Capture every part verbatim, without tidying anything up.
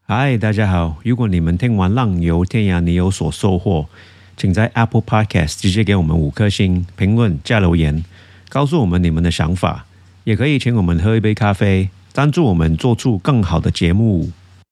嗨，大家好！如果你们听完《浪游天涯》你有所收获，请在 Apple Podcast 直接给我们五颗星评论加留言，告诉我们你们的想法，也可以请我们喝一杯咖啡，赞助我们做出更好的节目。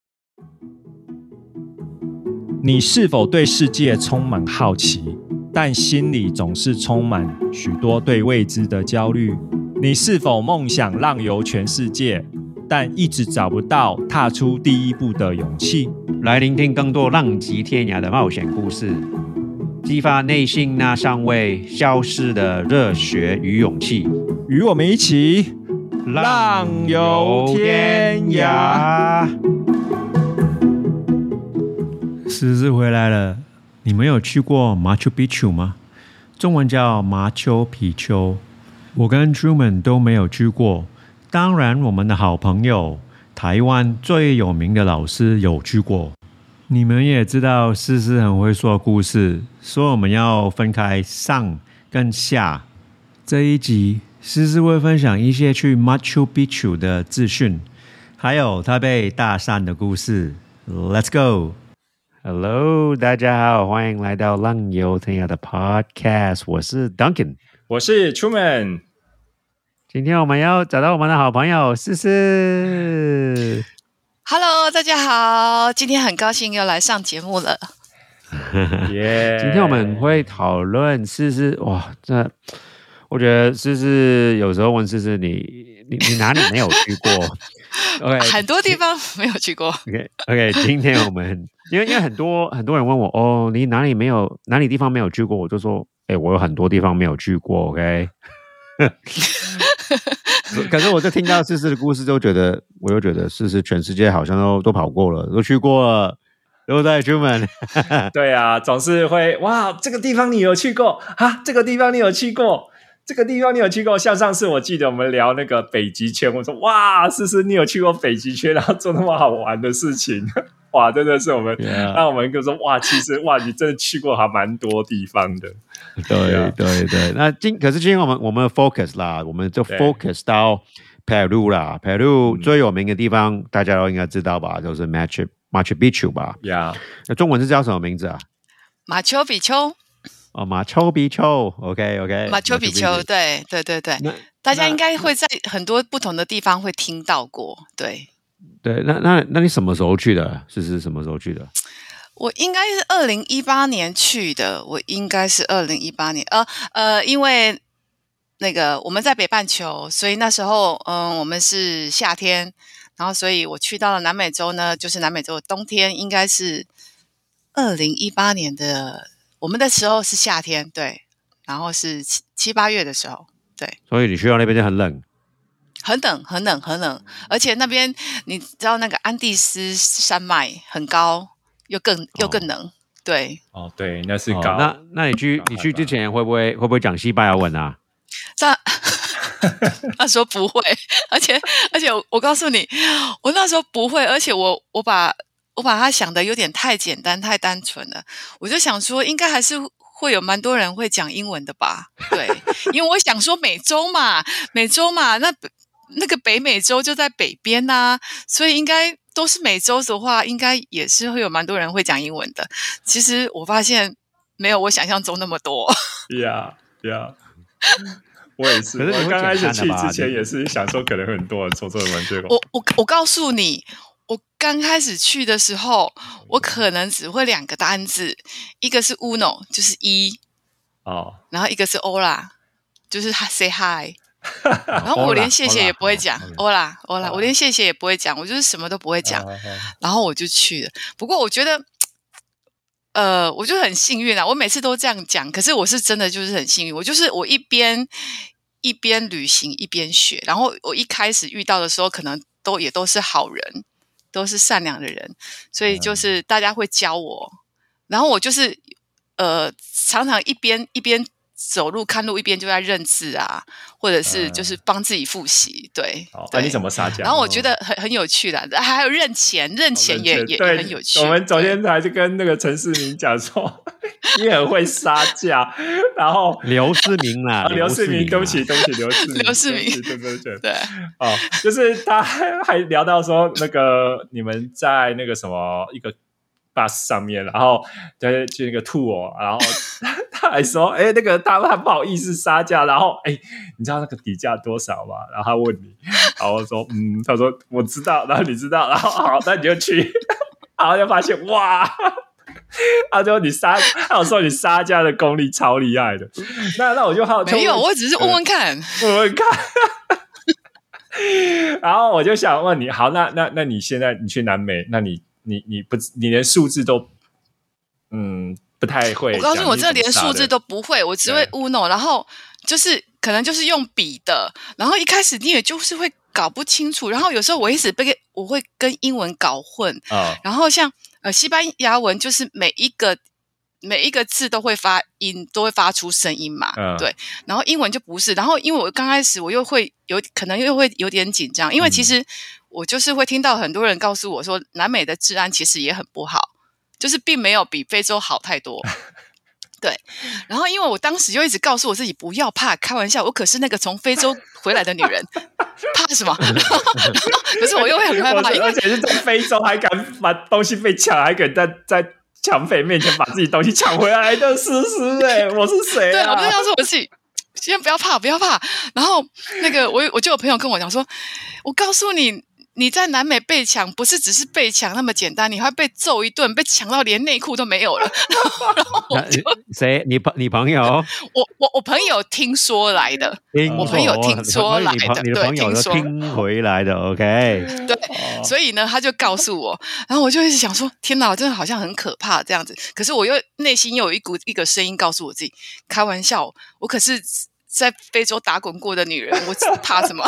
你是否对世界充满好奇，但心里总是充满许多对未知的焦虑？你是否梦想浪游全世界，但一直找不到踏出第一步的勇气？ 来聆听更多浪迹天涯的冒险故事，激发内心那尚未消失的热血与勇气。 与我们一起浪游天涯。 思思回来了，你们有去过马丘比丘吗？中文叫麻丘比丘。我跟 Truman 都没有去过，当然我们的好朋友台湾最有名的老师有去过。你们也知道思思很会说故事，所以我们要分开上跟下。这一集思思会分享一些去 Machu Picchu 的资讯，还有他被大山的故事。 Let's go。 Hello， 大家好，欢迎来到浪游天涯的 Podcast， 我是 Duncan， 我是 Truman。 今天我们要找到我们的好朋友思思。 Hello， 大家好，今天很高兴又来上节目了。 yeah. 今天我们会讨论思思，哇，这我觉得思思有时候问思思，你你你哪里没有去过？Okay, 很多地方没有去过。 OK OK， 今天我们因为因为很多很多人问我，哦，你哪里没有哪里地方没有去过？我就说，哎、欸，我有很多地方没有去过。OK， 可是我就听到思思的故事，就觉得我又觉得思思全世界好像都都跑过了，都去过了，对不对 ，Truman？ 对啊，总是会哇，这个地方你有去过啊？这个地方你有去过？这个地方你有去过？像上次我记得我们聊那个北极圈，我说哇，思思你有去过北极圈，然后做那么好玩的事情，哇，真的是我们， yeah. 那我们就说哇，其实哇，你真的去过还蛮多地方的。 对、啊、对对，那今可是今天我们我们 focus 啦，我们就 focus 到 Peru 啦 ，Peru 最有名的地方、嗯、大家都应该知道吧，就是 Machu Machu Picchu 吧。 呀、yeah. 那中文是叫什么名字啊？ 马丘比丘。 哦，马丘比丘 ，OK OK， 马丘比丘，对对对对，大家应该会在很多不同的地方会听到过，对对。那那那你什么时候去的？是是什么时候去的？ 我应该是二零一八年去的，我应该是二零一八年，呃呃，因为那个我们在北半球，所以那时候嗯、呃，我们是夏天，然后所以我去到了南美洲呢，就是南美洲的冬天，应该是二零一八年的。我们的时候是夏天，对，然后是七七八月的时候，对。 所以你去到那边就很冷， 很冷，很冷，很冷，而且那边你知道那个安第斯山脉很高，又更又更冷，哦、对。 哦，对，那是高。 哦、那那你去你去之前会不会会不会讲西班牙文啊？ 他他说不会，而且而且 我, 我告诉你，我那时候不会，而且我我把。我把它想的有点太简单太单纯了，我就想说应该还是会有蛮多人会讲英文的吧，对，因为我想说美洲嘛美洲嘛那那个北美洲就在北边啊，所以应该都是美洲的话应该也是会有蛮多人会讲英文的，其实我发现没有我想象中那么多。 呀呀，我也是，我刚开始去之前也是想说可能很多人说中文，结果我我我告诉你，我刚开始去的时候，我可能只会两个单字，一个是 uno 就是一、哦、然后一个是 hola 就是 say hi 然后我连谢谢也不会讲 hola hola 我连谢谢也不会讲，我就是什么都不会讲，然后我就去了。不过我觉得呃，我就很幸运啊，我每次都这样讲，可是我是真的就是很幸运，我就是我一边一边旅行一边学，然后我一开始遇到的时候可能都也都是好人，都是善良的人，所以就是大家会教我，然后我就是呃常常一边一边走路看路一边就在认字啊，或者是就是帮自己复习。对， 哦，那、啊、你怎么撒娇？ 然后我觉得很很有趣的，还有认钱，认钱也、哦、也, 也很有趣。 我们昨天还是跟那个陈世明讲说，你很会撒娇，然后刘世明啦， 刘世明，对不起，对不起，刘世明， 刘世明， 对对对对， 哦，就是他还聊到说，那个你们在那个什么一个 bus 上面，然后在去那个 tour， 然后他还说，哎，那个他他不好意思杀价，然后哎，你知道那个底价多少吗？然后他问你，然后我说，嗯，他说我知道，然后你知道，然后好，那你就去，然后就发现哇。他说你杀，他有说你杀价的功力超厉害的，那那我就好奇， 没有，我只是问问看， 问问看。然后我就想问你，好，那那那你现在你去南美，那你你你不你连数字都嗯不太会。 我告诉你，我真的连数字都不会，我只会 Uno， 然后就是可能就是用笔的，然后一开始你也就是会搞不清楚，然后有时候我一直被我会跟英文搞混，哦、然后像呃西班牙文就是每一个。每一个字都会发音，都会发出声音嘛，嗯、对。然后英文就不是，然后因为我刚开始我又会有可能又会有点紧张，因为其实我就是会听到很多人告诉我说，南美的治安其实也很不好，就是并没有比非洲好太多。对，然后因为我当时就一直告诉我自己不要怕，开玩笑，我可是那个从非洲回来的女人，怕什么？可是我又会很害怕， 而且是在非洲还敢把东西被抢，还敢在在。抢匪面前把自己东西抢回来的诗诗哎，我是谁啊？ 对，我就告诉我自己，先不要怕，不要怕。然后那个我我就有朋友跟我讲说，我告诉你，你在南美被抢，不是只是被抢那么简单，你还被揍一顿，被抢到连内裤都没有了。然后我就谁？你朋你朋友？ 我我我朋友听说来的，我朋友听说来的， 你的朋友都听回来的 ，OK？ 对，哦、所以呢，他就告诉我，然后我就一直想说，天哪，真的好像很可怕这样子。可是我又内心又有一股一个声音告诉我自己，开玩笑，我可是在非洲打滚过的女人，我怕什么？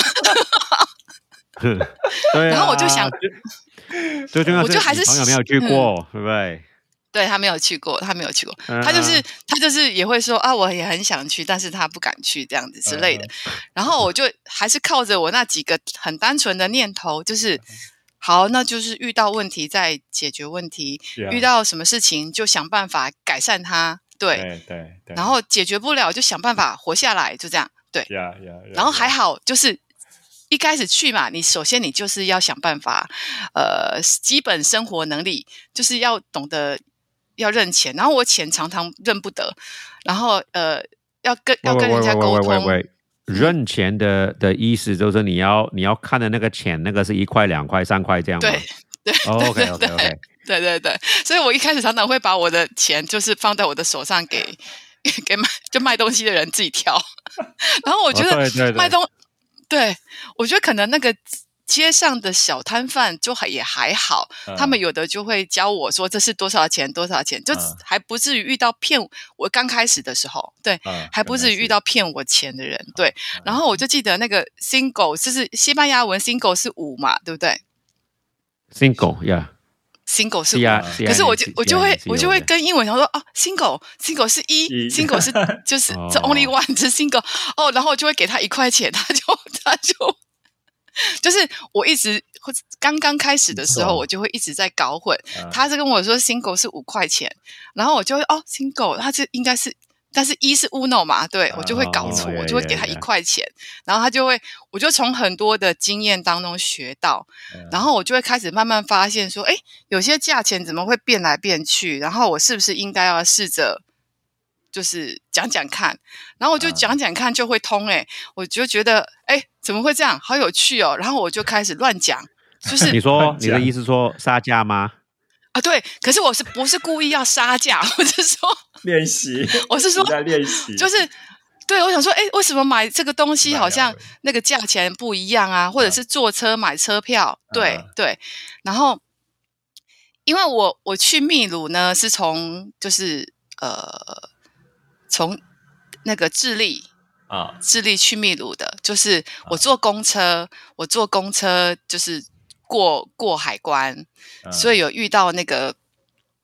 对、啊， 然后我就想， 最重要是，我就还是朋友没有去过，嗯、对不对？ 对，他没有去过，他没有去过，嗯、他就是他就是也会说啊，我也很想去，但是他不敢去这样子之类的。嗯、然后我就还是靠着我那几个很单纯的念头，就是好，那就是遇到问题再解决问题，啊、遇到什么事情就想办法改善它，对对 对, 对。 然后解决不了就想办法活下来，就这样，对。 Yeah, yeah, yeah, 然后还好，就是一开始去嘛，你首先你就是要想办法，呃，基本生活能力就是要懂得。要认钱，然后我钱常常认不得，然后呃，要跟要跟人家沟通。喂喂喂喂喂认钱的的意思就是你要你要看的那个钱，那个是一块、两块、三块这样吗？ 对对、 oh, ，OK OK OK， 对对对，所以我一开始常常会把我的钱就是放在我的手上给给卖就卖东西的人自己挑，然后我觉得卖东， oh, 对, 对, 对，我觉得可能那个。街上的小摊贩就也还好、嗯、他们有的就会教我说这是多少钱多少钱，就还不至于遇到骗我刚开始的时候，对、嗯、还不至于遇到骗我钱的人，对、嗯、然后我就记得那个 single 就是西班牙文 single 是五嘛，对不对？ single yeah single 是五，可是我就我就会我就会跟英文想说啊 single single 是一 single 是就是这 only one 是 single 哦，然后我就会给他一块钱，他就他就就是我一直刚刚开始的时候，我就会一直在搞混。嗯、他是跟我说 single 是五块钱，然后我就会哦 single， 他这应该是，但是一是 uno 嘛，对、嗯、我就会搞错，哦、我就会给他一块钱，然后他就会，我就从很多的经验当中学到，嗯、然后我就会开始慢慢发现说，哎，有些价钱怎么会变来变去？然后我是不是应该要试着？就是讲讲看，然后我就讲讲看就会通哎、欸，我就觉得哎怎么会这样，好有趣哦，然后我就开始乱讲，就是你说你的意思说杀价吗？ 啊对，可是我是不是故意要杀价，我是说练习， 我是说在练习， 就是对我想说哎为什么买这个东西好像那个价钱不一样啊，或者是坐车买车票，对、嗯、对，然后因为我我去秘鲁呢是从就是呃。从那个智利啊，智利去秘鲁的，就是我坐公车，我坐公车就是过过海关，啊、所以有遇到那个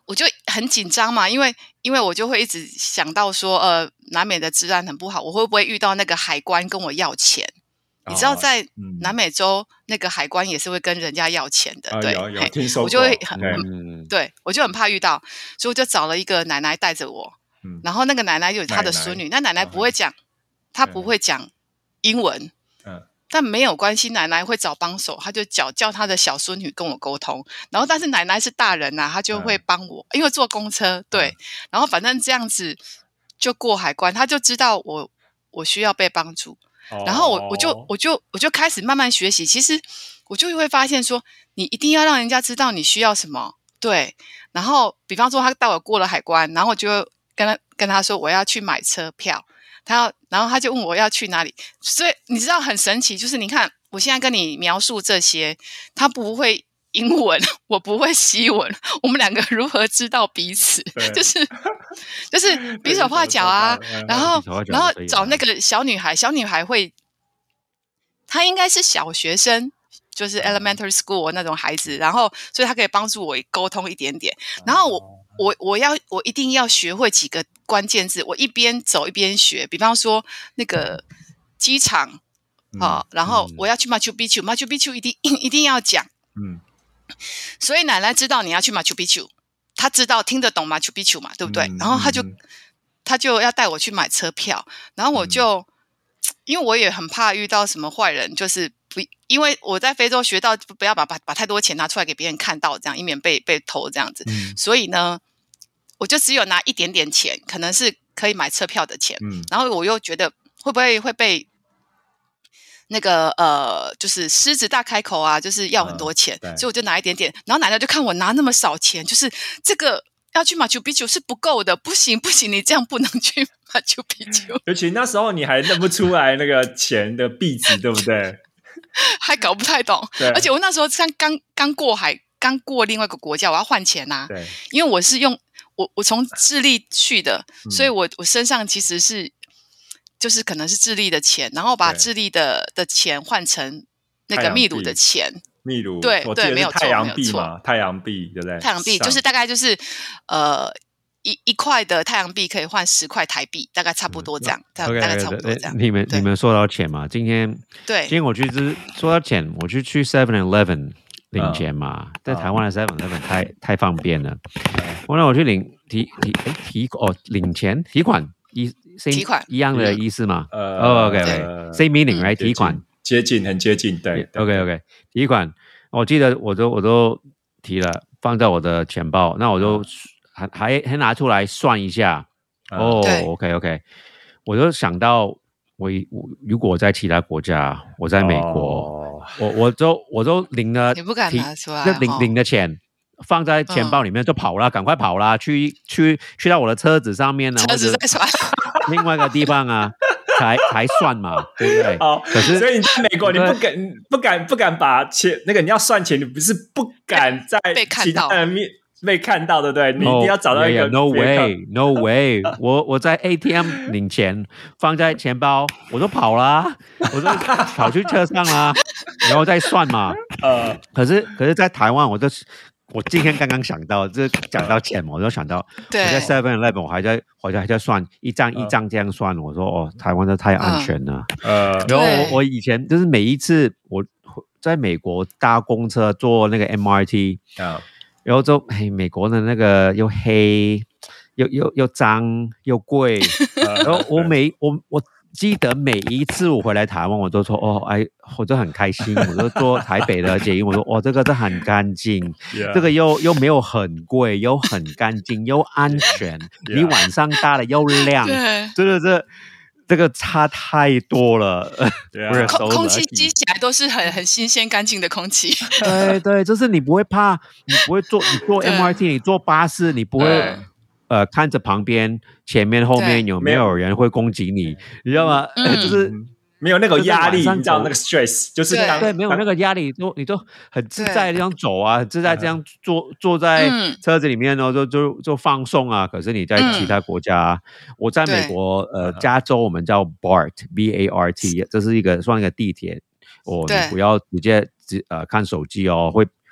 我就很紧张嘛，因为因为我就会一直想到说，呃，南美的治安很不好，我会不会遇到那个海关跟我要钱？你知道在南美洲、嗯、那个海关也是会跟人家要钱的， 哦、 对， 有有听说过， 我就会很、 嗯、 对，我就很怕遇到，所以我就找了一个奶奶带着我、嗯，然后那个奶奶有她的孙女，那奶奶不会讲，她不会讲英文，嗯，但没有关系，奶奶会找帮手，她就叫叫她的小孙女跟我沟通，然后但是奶奶是大人啊，她就会帮我，嗯、因为坐公车，对、嗯，然后反正这样子就过海关，她就知道我我需要被帮助。然后我我就我就我就开始慢慢学习，其实我就会发现说，你一定要让人家知道你需要什么，对。然后比方说他带我过了海关，然后我就跟他跟他说我要去买车票，他要，然后他就问我要去哪里，所以你知道很神奇，就是你看我现在跟你描述这些，他不会英文，我不会西文，我们两个如何知道彼此？就是就是比手画脚啊，然后然后找那个小女孩，小女孩会，她应该是小学生，就是 elementary school 那种孩子，然后所以她可以帮助我沟通一点点。然后我我我要我一定要学会几个关键字，我一边走一边学。比方说那个机场啊、哦，然后我要去 Machu Picchu，Machu Picchu 一定一定要讲，嗯。所以奶奶知道你要去 Machu Picchu， 她知道听得懂 Machu Picchu 嘛，对不对？嗯、然后她就她就要带我去买车票，然后我就、嗯、因为我也很怕遇到什么坏人，就是不因为我在非洲学到不要把把把太多钱拿出来给别人看到，这样以免被被偷这样子、嗯。所以呢，我就只有拿一点点钱，可能是可以买车票的钱。嗯、然后我又觉得会不会会被。那个呃，就是狮子大开口啊，就是要很多钱，呃、所以我就拿一点点。然后奶奶就看我拿那么少钱，就是这个要去马丘比丘是不够的，不行不行，你这样不能去马丘比丘。 尤其那时候你还认不出来那个钱的币值，对不对？ 还搞不太懂。而且我那时候刚刚刚过海，刚过另外一个国家，我要换钱啊。对，因为我是用我我从智利去的，嗯、所以我我身上其实是。就是可能是智利的钱，然后把智利的的钱换成那个秘鲁的钱， 秘鲁对对，没有太阳币嘛，太阳币对不对？ 太阳币就是大概就是呃一一块的太阳币可以换十块台币，大概差不多这样，嗯、大概差不多这样。 你们你们说到钱嘛？今天对， 今天我去就是说到钱，我去去 Seven Eleven 领钱嘛，在、嗯、台湾的 Seven Eleven 太太方便了。我那我去领提提哎提哦领钱提款。 提款一样的意思吗？ 呃、 oh, ，OK OK，same meaning right？、嗯、提款接近，很接近，对。 OK OK， 提款，我记得我都我都提了，放在我的钱包，那我就还还还拿出来算一下。 嗯、 哦 ，OK OK， 我就想到我我如果我在其他国家，我在美国，哦、我我都我都领了， 你不敢拿出来， 就领、哦、领的钱。放在钱包里面就跑啦，赶、嗯、快跑啦！去去去到我的车子上面呢， 车子再算， 另外一个地方啊，才才算嘛，对不对？ 好，可是所以你在美国，你不敢不敢不敢把钱那个你要算钱，你不是不敢在其他人面被看到，对不对？你一定要找到一个 no way no way， 我我在 A T M 领钱，放在钱包，我都跑啦，我都跑去车上啦，然后再算嘛。呃，可是可是在台湾，我都。我今天刚刚想到，这讲到钱嘛，我就想到我在 Seven Eleven， 我还在，我还在算一张一张这样算。我说哦，台湾的太安全了。呃，然后我我以前就是每一次我在美国搭公车坐那个 M R T， 啊，然后就嘿，美国的那个又黑又又又脏又贵，然后我每我我。记得每一次我回来台湾，我都说哦，哎，我就很开心，我就坐台北的捷运，我说哦，这个是很干净， yeah. 这个又又没有很贵，又很干净，又安全， yeah. 你晚上搭了又亮，真的是这个差太多了。 yeah. 空空气吸起来都是很很新鲜干净的空气。 对对，就是你不会怕，你不会坐，你坐 M R T， 你坐巴士，你不会。呃，看着旁边、前面、后面有没有人会攻击你，你知道吗？嗯、就是没有那个压力，你知道那个 stress， 就是当对, 对，没有那个压力，都你都很自在这样走啊，很自在这样坐坐在车子里面呢，就就就放松啊。可是你在其他国家，嗯、我在美国，呃，加州我们叫 B A R T B A R T， 这是一个算一个地铁，哦，你不要直接呃看手机哦，会。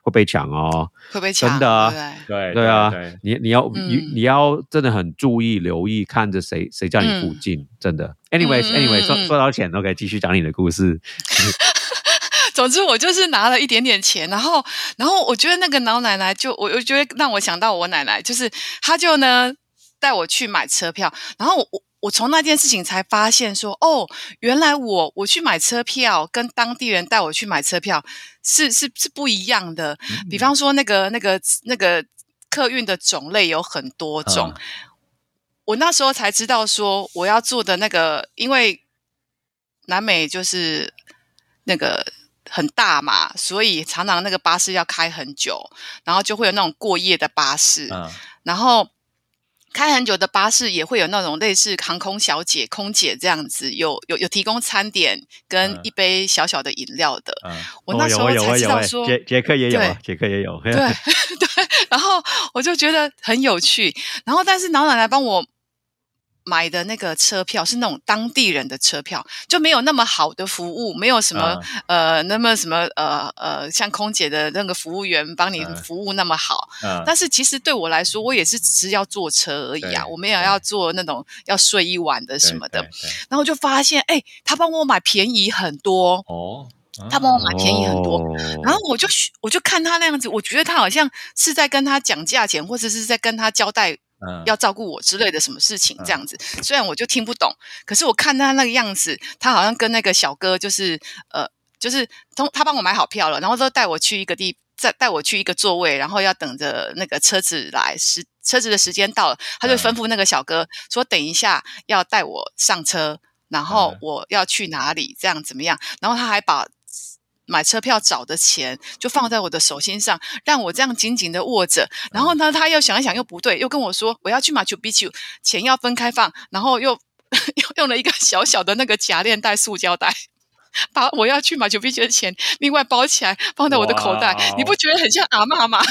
会被抢哦， 会被抢， 真的啊， 对对啊， 对你你要、 嗯、 你你要真的很注意留意，看着谁谁在你附近，嗯、真的。Anyways，Anyway，、嗯 anyway, 说说到钱 ，OK， 继续讲你的故事。 总之，我就是拿了一点点钱，然后，然后我觉得那个老奶奶就，我我觉得让我想到我奶奶，就是她就呢带我去买车票，然后我我从那件事情才发现说，哦，原来我我去买车票跟当地人带我去买车票是是是不一样的。嗯、比方说那个那个那个客运的种类有很多种，嗯、我那时候才知道说我要坐的那个，因为南美就是那个。很大嘛，所以常常那个巴士要开很久，然后就会有那种过夜的巴士，嗯、然后开很久的巴士也会有那种类似航空小姐、空姐这样子，有有有提供餐点跟一杯小小的饮料的。嗯、我那时候才知道说， 捷捷克也有啊，捷克也有， 对对，然后我就觉得很有趣，然后但是老奶奶帮我买的那个车票是那种当地人的车票，就没有那么好的服务，没有什么、嗯、呃那么什么呃呃像空姐的那个服务员帮你服务那么好。嗯、但是其实对我来说，我也是只是要坐车而已啊，我没有要坐那种要睡一晚的什么的。然后我就发现，哎、欸，他帮我买便宜很多哦。他帮我买便宜很多，哦、然后我就我就看他那样子，我觉得他好像是在跟他讲价钱，或者是在跟他交代。要照顾我之类的什么事情这样子，嗯、虽然我就听不懂，可是我看他那个样子，他好像跟那个小哥就是呃，就是他帮我买好票了，然后都带我去一个地，再带我去一个座位，然后要等着那个车子来，时车子的时间到了，他就吩咐那个小哥说，等一下要带我上车，然后我要去哪里，这样怎么样？然后他还把买车票找的钱就放在我的手心上，让我这样紧紧的握着。然后呢，他又想一想又不对，又跟我说我要去马丘比丘，钱要分开放，然后又又用了一个小小的那个夹链袋、塑胶袋，把我要去马丘比丘的钱另外包起来放在我的口袋。你不觉得很像阿嬷吗？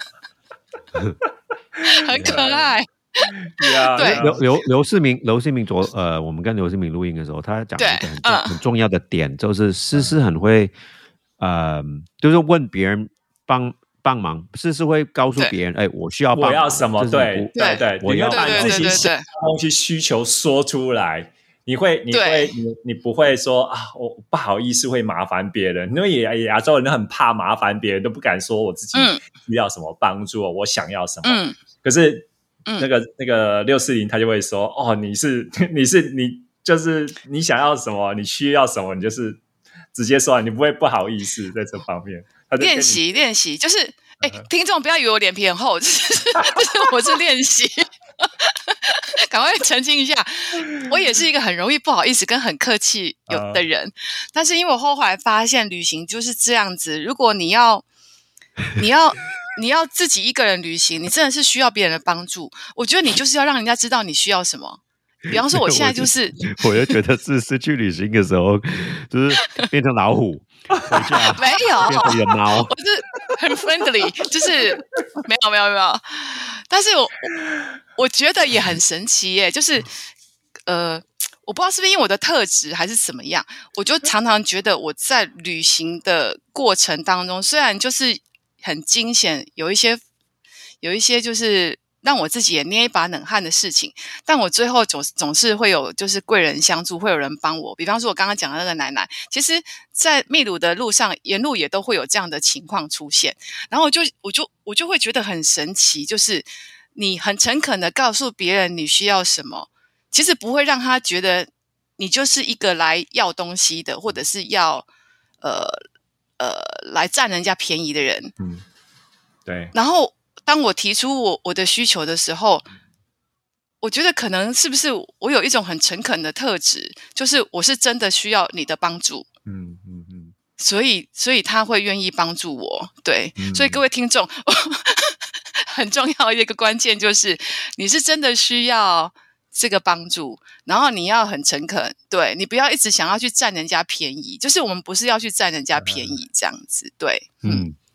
很可爱。 Yeah, 对， 刘刘刘世明，刘世明昨呃，我们跟刘世明录音的时候，他讲一个很重、嗯、很重要的点，就是诗诗很会。呃，就是问别人帮帮忙，是是会告诉别人，哎，我需要帮忙， 我要什么？对对对， 我要把自己想的东西需求说出来。你会，你会，你你不会说啊，我不好意思会麻烦别人，因为亚亚洲人很怕麻烦别人，都不敢说我自己需要什么帮助，嗯、我想要什么。嗯、可是那个、嗯、那个六四零他就会说，哦，你是你是你就是你想要什么，你需要什么，你就是。直接说，你不会不好意思在这方面。 练习练习，就是哎、欸，听众不要以为我脸皮很厚，就是就是我是练习，赶快澄清一下，我也是一个很容易不好意思跟很客气有的人，uh, 但是因为我后来发现旅行就是这样子，如果你要你要你要自己一个人旅行，你真的是需要别人的帮助，我觉得你就是要让人家知道你需要什么。比方说，我现在就是， 我就觉得是是去旅行的时候，就是变成老虎回家， 没有变成一个猫， 我是很 friendly， 就是没有没有没有，但是我我觉得也很神奇耶，就是呃，我不知道是不是因为我的特质还是怎么样，我就常常觉得我在旅行的过程当中，虽然就是很惊险，有一些有一些就是。让我自己也捏一把冷汗的事情，但我最后总总是会有就是贵人相助，会有人帮我。比方说我刚刚讲的那个奶奶，其实在秘鲁的路上沿路也都会有这样的情况出现，然后我就我就我就会觉得很神奇，就是你很诚恳的告诉别人你需要什么，其实不会让他觉得你就是一个来要东西的，或者是要呃呃来占人家便宜的人。 嗯，对。 然后当我提出我我的需求的时候，我觉得可能是不是我有一种很诚恳的特质，就是我是真的需要你的帮助，嗯嗯嗯，所以所以他会愿意帮助我，对，嗯、所以各位听众，很重要的一个关键就是你是真的需要这个帮助，然后你要很诚恳，对，你不要一直想要去占人家便宜，就是我们不是要去占人家便宜这样子，对， 嗯。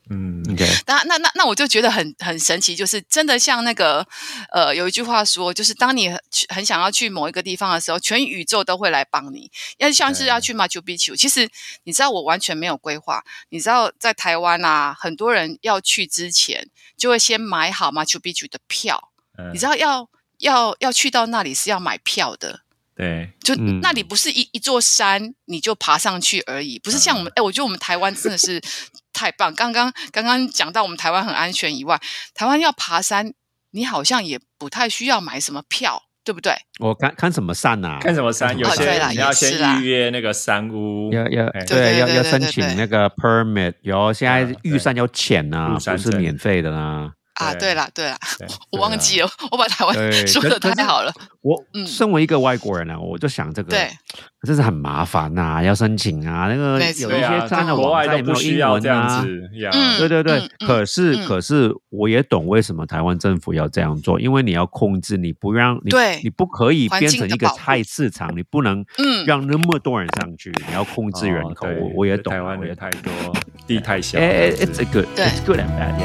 嗯 ，OK， 那那那那我就觉得很很神奇，就是真的像那个呃有一句话说，就是当你很想要去某一个地方的时候，全宇宙都会来帮你。要像是要去 Machu Picchu， 其实你知道我完全没有规划，你知道在台湾啊，很多人要去之前就会先买好 Machu Picchu 的票，嗯、你知道要要要去到那里是要买票的。 对， 就那里不是一、嗯、一座山你就爬上去而已，不是像我们，哎、嗯，我觉得我们台湾真的是太棒。刚刚刚刚讲到我们台湾很安全以外，台湾要爬山，你好像也不太需要买什么票，对不对？ 我看看什么山啊？ 看什么山？有些你要先预约那个山屋， 要要对要要申请那个 permit， 有现在玉山要钱啊，不是免费的啦。 啊，对啦，对啦，对我忘记了，我把台湾说的太好了。 我身为一个外国人呢、啊，我就想这个，对，真是很麻烦呐、啊，要申请啊，那个有一些站的网站也没有英文啊， 嗯、 对对对。嗯、可是、嗯、可是我也懂为什么台湾政府要这样做，因为你要控制，你不让你对， 你不可以变成一个菜市场，你不能让那么多人上去，你要控制人口。 哦、 我我也懂， 台湾也太多，地太小。 哎 ，It's a good, it's good and bad,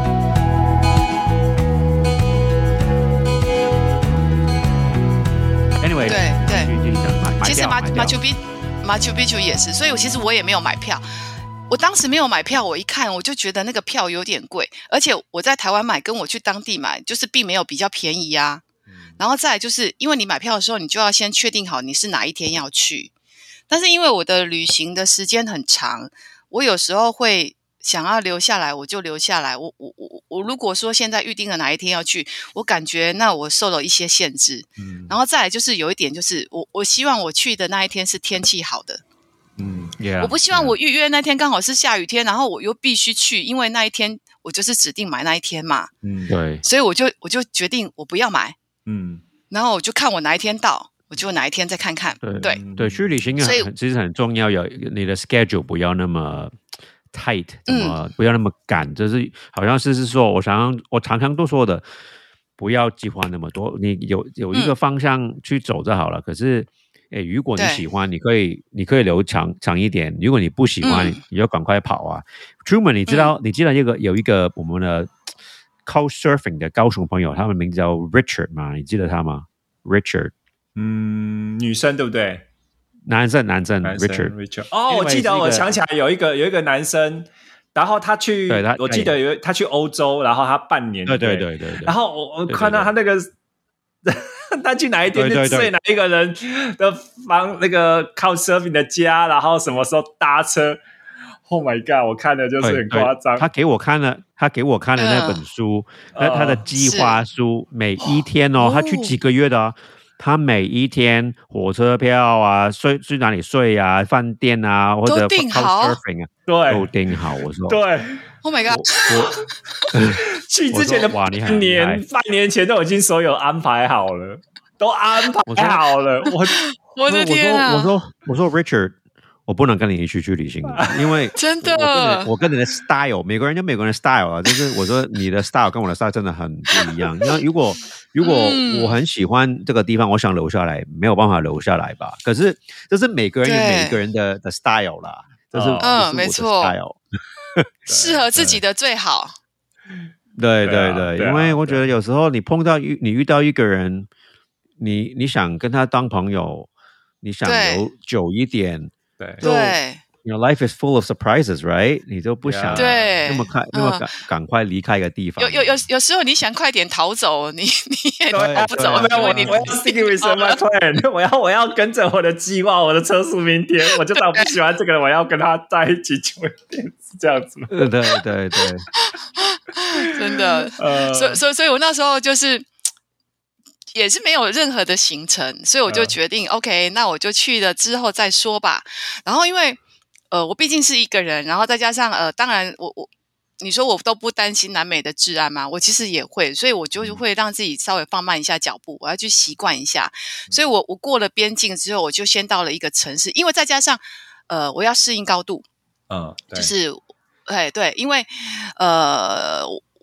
yeah.Anyway, 对对，其实马马丘比马丘比丘也是，所以我其实我也没有买票。我当时没有买票，我一看我就觉得那个票有点贵，而且我在台湾买跟我去当地买就是并没有比较便宜啊。然后再来就是因为你买票的时候，你就要先确定好你是哪一天要去。但是因为我的旅行的时间很长，我有时候会想要留下来，我就留下来。我我我我如果说现在预定了哪一天要去，我感觉那我受了一些限制。嗯，然后再来就是有一点就是我我希望我去的那一天是天气好的。 嗯， yeah, 我不希望我预约那天刚好是下雨天，然后我又必须去，因为那一天我就是指定买那一天嘛。 嗯，对， 所以我就我就决定我不要买。 嗯， 然后我就看我哪一天到。我就哪一天再看看。 对对对，去旅行很其实很重要，有你的 schedule 不要那么 tight， 怎么、嗯、不要那么赶，就是好像是是说，我常常我常常都说的，不要计划那么多，你有有一个方向去走就好了。嗯、可是，哎，如果你喜欢，你可以你可以留长长一点；如果你不喜欢，嗯、你就赶快跑啊。Truman， 你知道、嗯、你记得一个有一个我们的 Couchsurfing 的高雄朋友，他们名字叫 Richard 吗？你记得他吗 ？Richard。 嗯，女生对不对？ 男生，男生 ，Richard， Richard。哦，我记得，我想起来有一个有一个男生，然后他去， 对他， 我记得有他去欧洲，然后他半年， 对对对 对, 对。 然后我我看到他那个，他去哪一天就睡哪一个人的房，那个 Couchsurfing 的家，然后什么时候搭车。Oh my god！ 我看的就是很夸张。 他给我看了，他给我看了那本书，那、呃、他的计划书，每一天哦，他去几个月的、哦，他每一天火车票啊，睡去哪里睡啊，饭店啊，或者 Couchsurfing 啊， 对， 都订好。我说， 对 ，Oh my god！ 我, 我去之前的半年，半年前都已经所有安排好了，都安排好了。我我的天啊！ 我说，我说 Richard。我不能跟你一起去旅行，因为真的， 我跟, 我跟你的 style， 每个人有每个人的 style 啊，就是我说你的 style 跟我的 style 真的很不一样。那如果如果我很喜欢这个地方，我想留下来，没有办法留下来吧？可是这是每个人有每个人的的 style 啦，这是嗯，没错 ，style 适合自己的最好。 对对 对, 对，因为我觉得有时候你碰到你遇到一个人，你你想跟他当朋友，你想留久一点。 对 ，Your life is full of surprises, right？ 你就不想那么快、那么赶赶快离开一个地方。 有有有有时候你想快点逃走，你你也逃不走。 没有，我我要 stick with my plan， 我要我要跟着我的计划，我的车速明天，我就算我不喜欢这个人，我要跟他在一起久一点，是这样子吗？ 对对对对， 真的。呃，所以所以所以我那时候就是。也是没有任何的行程，所以我就决定、呃、OK， 那我就去了之后再说吧。然后因为呃，我毕竟是一个人，然后再加上呃，当然我我你说我都不担心南美的治安吗？我其实也会，所以我就会让自己稍微放慢一下脚步，我要去习惯一下。所以我我过了边境之后，我就先到了一个城市，因为再加上呃，我要适应高度， 嗯，对就是哎对，因为呃。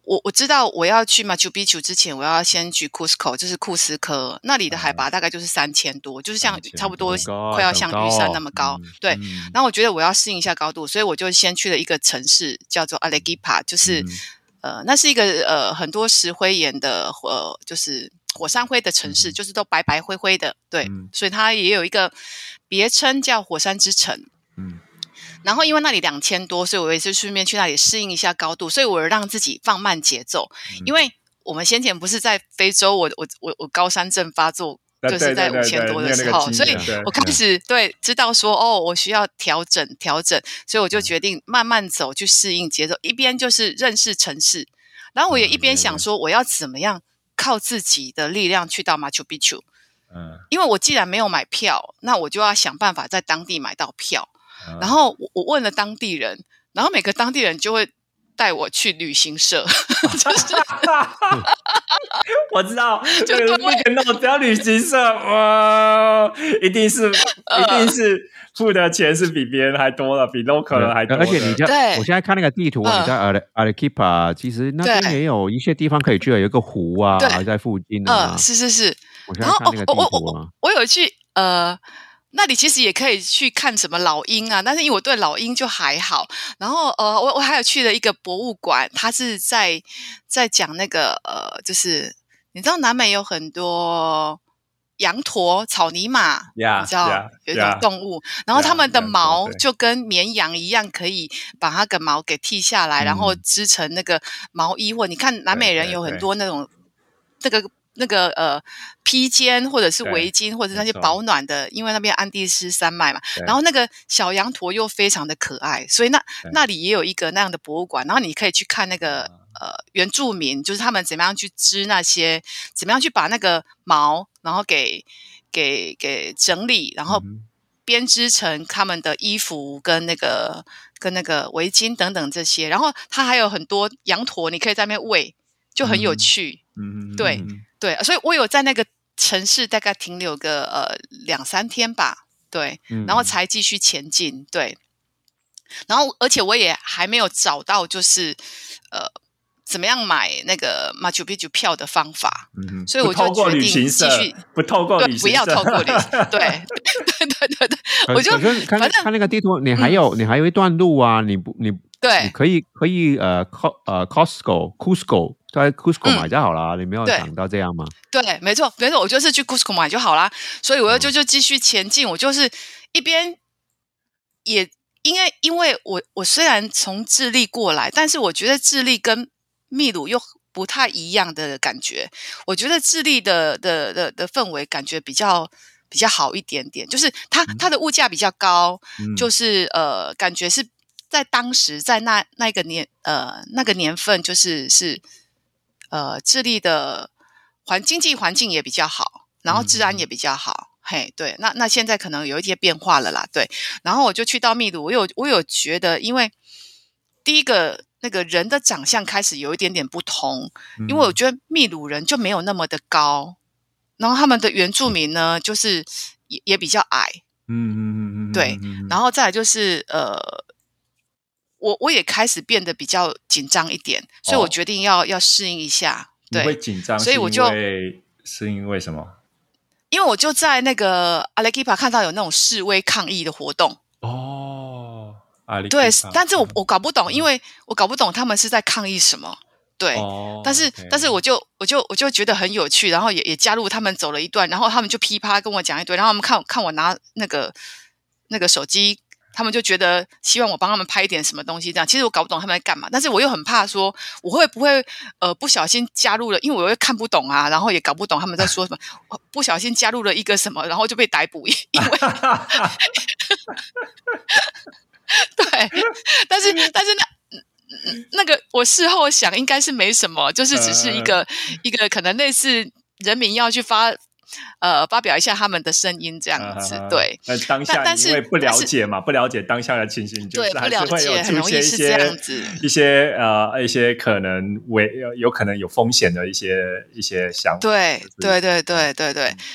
我我知道我要去 Machu Picchu 之前，我要先去 Cusco， 就是库斯科，那里的海拔大概就是三千多，就是像差不多快要像玉山那么高。 嗯、 对、 嗯， 然后我觉得我要适应一下高度，所以我就先去了一个城市叫做 Arequipa， 就是、嗯、呃，那是一个呃很多石灰岩的呃，就是火山灰的城市，嗯、就是都白白灰灰的，对、嗯，所以它也有一个别称叫火山之城。嗯。然后因为那里两千多，所以我也是顺便去那里适应一下高度，所以我让自己放慢节奏。嗯、因为我们先前不是在非洲，我我我我高山症发作，就是在五千多的时候，所以我开始 对, 对知道说哦，我需要调整调整，所以我就决定慢慢走去适应节奏，一边就是认识城市，然后我也一边想说我要怎么样靠自己的力量去到 Machu Picchu。嗯，因为我既然没有买票，那我就要想办法在当地买到票。然后我问了当地人，然后每个当地人就会带我去旅行社，就是我知道，就是那个那只要旅行社，哇，一定是、呃、一定是付的钱是比别人还多了，比 local 还多的。 而且你在，我现在看那个地图，呃、你在 Arequipa， 其实那边也有一些地方可以去，有一个湖啊，还在附近啊。 呃、是是是。 我现在看那个地图、啊、 我, 我, 我, 我有去呃。那里其实也可以去看什么老鹰啊，但是因为我对老鹰就还好。然后呃，我我还有去了一个博物馆，它是在在讲那个呃，就是你知道南美有很多羊驼、草泥马， yeah, 你知道、yeah, 有一种动物， yeah, 然后他们的毛 yeah, 就跟绵羊一样，可以把它的毛给剃下来，嗯、然后织成那个毛衣，或你看南美人有很多那种那个。那个呃披肩或者是围巾或者那些保暖的，因为那边安第斯山脉嘛，然后那个小羊驼又非常的可爱，所以那那里也有一个那样的博物馆，然后你可以去看那个呃原住民，就是他们怎么样去织那些，怎么样去把那个毛然后给给给整理，然后编织成他们的衣服跟那个跟那个围巾等等这些，然后它还有很多羊驼，你可以在那边喂，就很有趣，嗯，对。嗯对，所以我有在那个城市大概停留个呃两三天吧，对，嗯、然后才继续前进，对，然后而且我也还没有找到就是呃怎么样买那个 Machu Picchu 票的方法，嗯、所以我就决定继续不透过旅行社， 不要透过旅行社，对对对对对，我就看反正看那个地图，你还有、嗯、你还有一段路啊，你不你对， 你可以可以呃呃 Costco Cusco。在 Cusco 买就好啦、嗯、你没有想到这样吗？ 对，没错没错，我就是去 Cusco 买就好啦，所以我就就继续前进、嗯、我就是一边也因为因为我我虽然从智利过来，但是我觉得智利跟秘鲁又不太一样的感觉，我觉得智利的的的的氛围感觉比较比较好一点点，就是它、嗯、它的物价比较高、嗯、就是呃感觉是在当时在那那个年呃那个年份就是是呃，智利的环经济环境也比较好，然后治安也比较好，嗯、嘿，对，那那现在可能有一些变化了啦，对。然后我就去到秘鲁，我有我有觉得，因为第一个那个人的长相开始有一点点不同，嗯、因为我觉得秘鲁人就没有那么的高，然后他们的原住民呢，就是也也比较矮，嗯嗯嗯，对，然后再来就是呃。我我也开始变得比较紧张一点，所以我决定要、哦、要适应一下。对， 你会紧张， 所以我就是因为什么？ 因为我就在那个 Arequipa 看到有那种示威抗议的活动。 哦， 对，但是我我搞不懂、嗯，因为我搞不懂他们是在抗议什么。对，哦、但是、okay. 但是我就我就我就觉得很有趣，然后也也加入他们走了一段，然后他们就噼啪跟我讲一堆，然后他们看看我拿那个那个手机。他们就觉得希望我帮他们拍一点什么东西，这样其实我搞不懂他们在干嘛，但是我又很怕说我会不会呃不小心加入了，因为我又看不懂啊，然后也搞不懂他们在说什么，不小心加入了一个什么，然后就被逮捕，因为对，但是但是那那个我事后想应该是没什么，就是只是一个、呃、一个可能类似人民要去发。呃，发表一下他们的声音，这样子，啊、对。 但当下因为不了解嘛，不了解当下的情形，就是还是会有出现一些一些呃一些可能危有可能有风险的一些一些想法。 对对对对对对。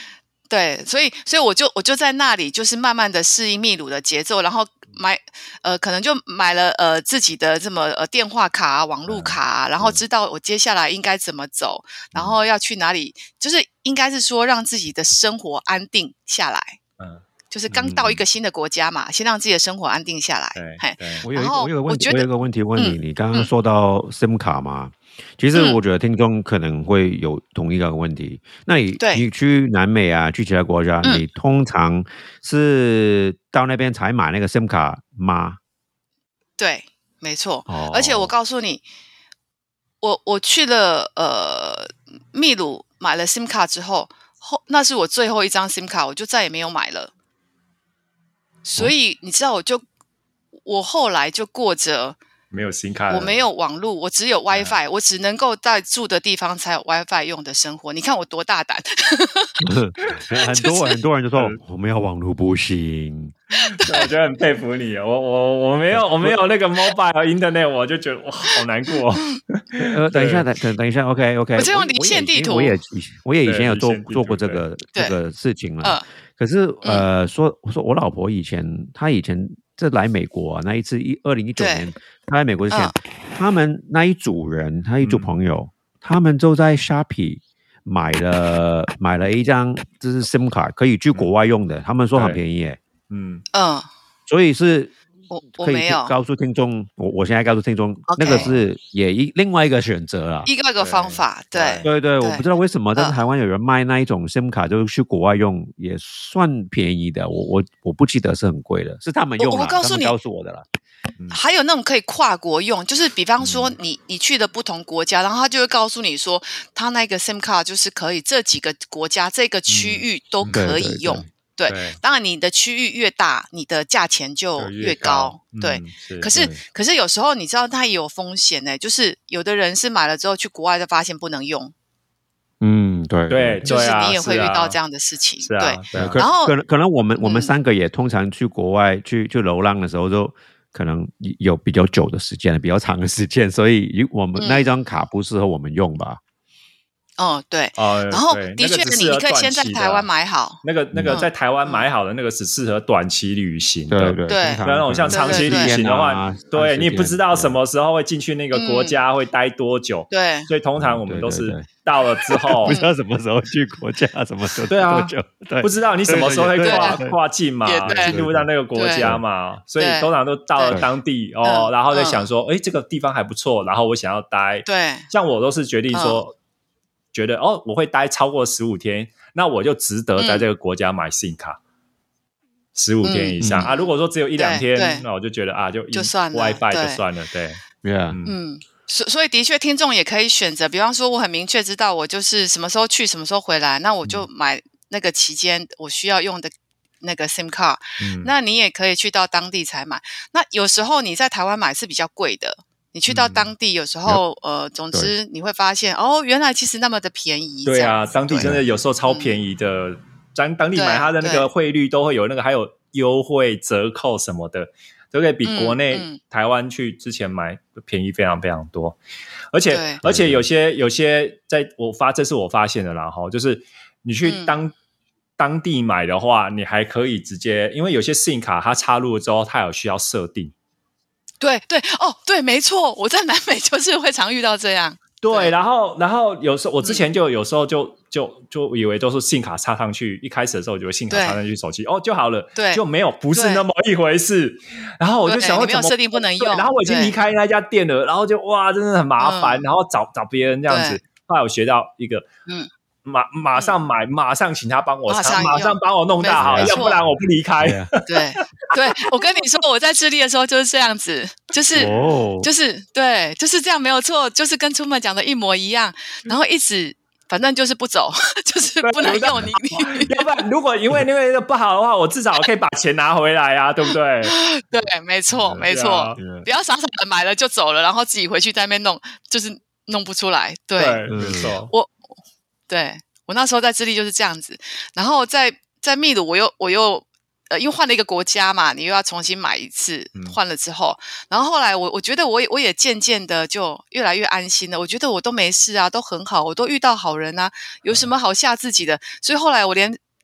对，所以所以我就我就在那里，就是慢慢的适应秘鲁的节奏，然后买呃可能就买了呃自己的这么呃电话卡啊、网路卡啊，然后知道我接下来应该怎么走，然后要去哪里，就是应该是说让自己的生活安定下来。嗯。就是刚到一个新的国家嘛，嗯、先让自己的生活安定下来。 对，对我有一我有个问题，我有一个问题问你， 嗯、 你刚刚说到 SIM 卡嘛，嗯、其实我觉得听众可能会有同一个问题。嗯、那你你去南美啊，去其他国家，嗯、你通常是到那边才买那个 SIM 卡吗？ 对，没错。哦、而且我告诉你，我我去了呃秘鲁买了 SIM 卡之后，后那是我最后一张 SIM 卡，我就再也没有买了。所以你知道，我就我后来就过着没有 SIM 卡， 我没有网路，我只有 WiFi，、嗯、我只能够在住的地方才有 WiFi 用的生活。你看我多大胆！ 很多、就是、很多人就说我没有网路不行。 对，我觉得很佩服你，我我我没有我没有那个 mobile internet， 我就觉得哇好难过。 呃，等一下，等等一下 ，OK OK， 我就用离线地图， 我也我也以前有做做过这个这个事情了。呃可是呃，嗯、说我说我老婆以前，她以前这来美国、啊、那一次一二零一九年，她来美国之前，嗯、他们那一组人，她一组朋友，嗯、他们就在 Shopee 买了买了一张就是 SIM 卡，可以去国外用的，嗯、他们说很便宜耶。 嗯嗯， 所以是。 我我没有告诉听众，我我现在告诉听众， okay, 那个是也一另外一个选择啦， 一个一个方法，对对 对, 对，我不知道为什么，但是台湾有人卖那一种 SIM 卡，就是去国外用，也算便宜的。我我我不记得是很贵的，是他们用的， 我告诉你， 告诉我的啦。 嗯、还有那种可以跨国用，就是比方说你、嗯、你去的不同国家，然后他就会告诉你说，他那个 SIM 卡就是可以这几个国家这个区域都可以用。嗯对对对对，对当然你的区域越大，你的价钱就越高。越高对，嗯、是可是可是有时候你知道它也有风险呢，就是有的人是买了之后去国外再发现不能用。 嗯，对对， 就是你也会遇到这样的事情。 是啊， 对， 是啊然后可能可能我们、嗯、我们三个也通常去国外去去流浪的时候，就可能有比较久的时间，比较长的时间，所以我们那一张卡不适合我们用吧。 嗯哦，对，哦、然后的确，你你可以先在台湾买好， 那个那个在台湾买好的那个只适合短期旅行的， 对对， 那种像长期旅行的话，对, 对, 对你也不知道什么时候会进去那个国家，会待多久， 对， 所以通常我们都是到了之后， 不知道什么时候去国家，什么时候对啊， 多久，对， 不知道你什么时候会跨跨境嘛，进入到那个国家嘛，所以通常都到了当地哦，然后再想说，哎，这个地方还不错，然后我想要待， 对， 像我都是决定说。觉得哦，我会待超过十五天，那我就值得在这个国家买 SIM 卡，十五天以上、嗯、啊。如果说只有一两天，那我就觉得啊，就就算了 WiFi 就算了，对， 对啊， 嗯，所所以的确，听众也可以选择，比方说，我很明确知道我就是什么时候去，什么时候回来，那我就买那个期间我需要用的那个 SIM 卡、嗯。那你也可以去到当地才买。那有时候你在台湾买是比较贵的。你去到当地有时候、嗯、呃总之你会发现哦原来其实那么的便宜。 对啊，当地真的有时候超便宜的，当、嗯、当地买它的那个汇率都会有那个还有优惠折扣什么的，都可以比国内、嗯嗯、台湾去之前买便宜非常非常多。而且而且有些有些在我发这是我发现的啦齁，就是你去当、嗯、当地买的话，你还可以直接，因为有些 SIM 卡它插入了之后它有需要设定。 对对哦，对，没错，我在南美就是会常遇到这样。 对，对然后然后有时候我之前就有时候就、嗯、就就以为都是 SIM 卡插上去，一开始的时候我觉得 SIM 卡插上去手机哦就好了， 对， 就没有不是那么一回事。然后我就想， 你没有设定不能用， 然后我已经离开那家店了，然后就哇，真的很麻烦，嗯、然后找找别人这样子。后来我学到一个，嗯。马马上买、嗯，马上请他帮我插，马上帮我弄大好，要不然我不离开。 对对，我跟你说，我在智利的时候就是这样子，就是、哦、就是对，就是这样，没有错，就是跟出门讲的一模一样，然后一直反正就是不走，就是不能用你。 要不然如果因为那个不好的话，我至少可以把钱拿回来啊，对不对？ 对，没错没错、啊，不要傻傻的买了就走了，然后自己回去在那边弄，就是弄不出来。对， 对没错， 我。对，我那时候在智利就是这样子，然后在在秘鲁我又我又呃因为换了一个国家嘛，你又要重新买一次，嗯、换了之后，然后后来我我觉得我也我也渐渐的就越来越安心了，我觉得我都没事啊，都很好，我都遇到好人啊，有什么好吓自己的？所以后来我连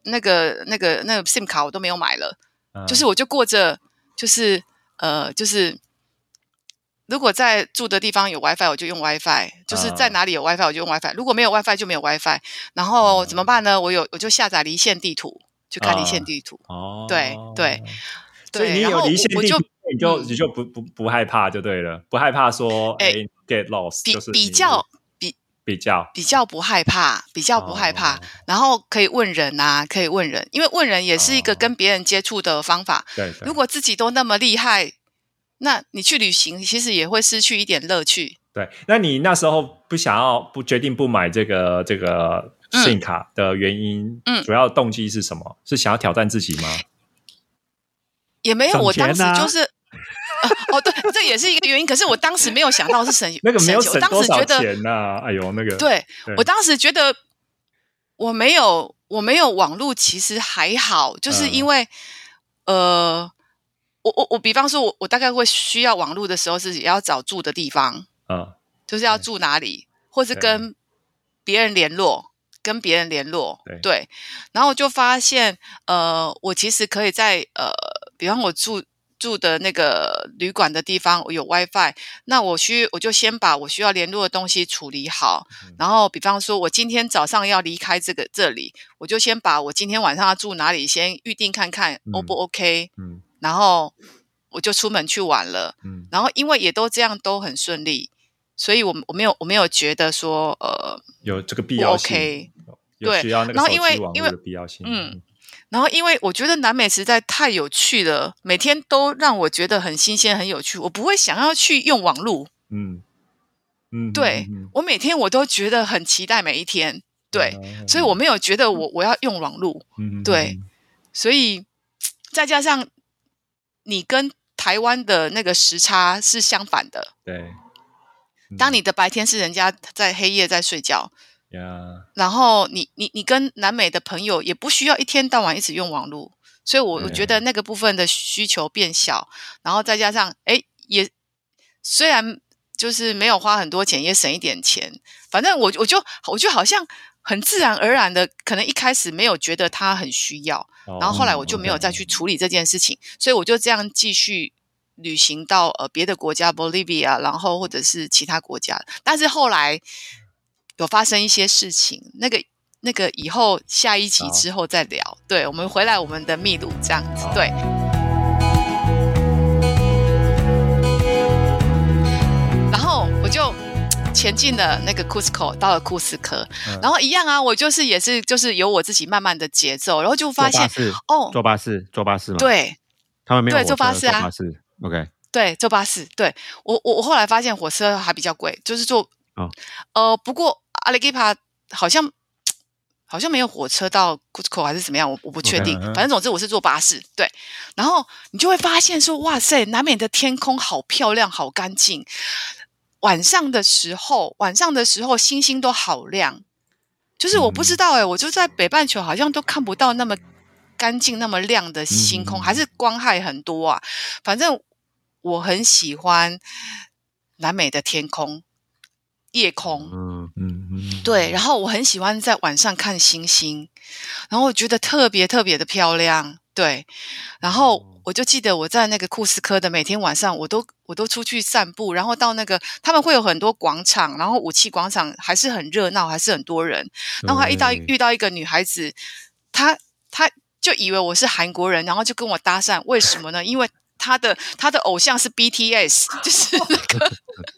那个那个那个 SIM 卡我都没有买了， 嗯、 就是我就过着就是呃就是。如果在住的地方有 WiFi 我就用 WiFi， 就是在哪里有 WiFi 我就用 WiFi， 如果没有 WiFi 就没有 WiFi， 然后怎么办呢？我有我就下载离线地图，就看离线地图。 哦， 对对， 所以你有离线地图， 就你就、嗯、你就不不不害怕就对了，不害怕说哎 get lost， 比就是比较比比较比较不害怕，比较不害怕，哦、然后可以问人啊，可以问人，因为问人也是一个跟别人接触的方法。 对、哦， 如果自己都那么厉害。那你去旅行其实也会失去一点乐趣。 对，那你那时候不想要不决定不买这个这个 SIM 卡的原因，嗯，主要动机是什么？是想要挑战自己吗？ 也没有， 啊、 我当时就是、呃、哦，对，这也是一个原因。可是我当时没有想到是省那个没有省多少钱呐、啊？哎呦，那个对，对我当时觉得我没有我没有网络，其实还好，就是因为、嗯、呃。我我我比方说我，我我大概会需要网络的时候，是也要找住的地方， 嗯， 就是要住哪里，或是跟别人联络，跟别人联络， 对， 对。然后我就发现，呃，我其实可以在呃，比方我住住的那个旅馆的地方，我有 WiFi， 那我需我就先把我需要联络的东西处理好，嗯、然后比方说我今天早上要离开这个这里，我就先把我今天晚上要住哪里先预定看看、嗯、O 不 OK， 嗯。然后我就出门去玩了，嗯，然后因为也都这样都很顺利，所以我我没有我没有觉得说呃有这个必要性 ，OK， 有需要那个手机网络的必要性， 嗯，然后因为我觉得南美实在太有趣了，每天都让我觉得很新鲜很有趣，我不会想要去用网络， 嗯嗯， 对、嗯、我每天我都觉得很期待每一天，对， 嗯、 所以我没有觉得我我要用网络，嗯，对，所以再加上。你跟台湾的那个时差是相反的， 对。 嗯、当你的白天是人家在黑夜在睡觉， yeah. 然后你你你跟南美的朋友也不需要一天到晚一直用网络，所以我我觉得那个部分的需求变小，然后再加上哎也虽然就是没有花很多钱，也省一点钱，反正我我就我就好像很自然而然的，可能一开始没有觉得他很需要。然后后来我就没有再去处理这件事情，嗯、所以我就这样继续旅行到呃别的国家 Bolivia， 然后或者是其他国家。但是后来有发生一些事情，那个那个以后下一集之后再聊。对，我们回来我们的秘鲁这样子，对。然后我就。前进了那个 Cusco， 到了库斯科、嗯，然后一样啊，我就是也是就是有我自己慢慢的节奏，然后就发现哦， 坐巴士，坐巴士吗？ 对， 他们没有对坐巴士啊， 坐巴士 ，OK， 对，坐巴士，对我我我后来发现火车还比较贵，就是坐，哦、呃，不过阿雷基帕好像好像没有火车到 Cusco 还是怎么样，我我不确定， okay, 反正总之我是坐巴士，对，然后你就会发现说，哇塞，南美的天空好漂亮，好干净。晚上的时候，晚上的时候星星都好亮，就是我不知道哎、欸，我就在北半球好像都看不到那么干净、那么亮的星空，还是光害很多啊。反正我很喜欢南美的天空、夜空，嗯嗯嗯，对。然后我很喜欢在晚上看星星，然后我觉得特别特别的漂亮，对。然后我就记得我在那个库斯科的每天晚上，我都我都出去散步，然后到那个他们会有很多广场，然后武器广场还是很热闹，还是很多人。然后还遇到遇到一个女孩子，她她就以为我是韩国人，然后就跟我搭讪。为什么呢？因为她的她的偶像是 B T S， 就是那个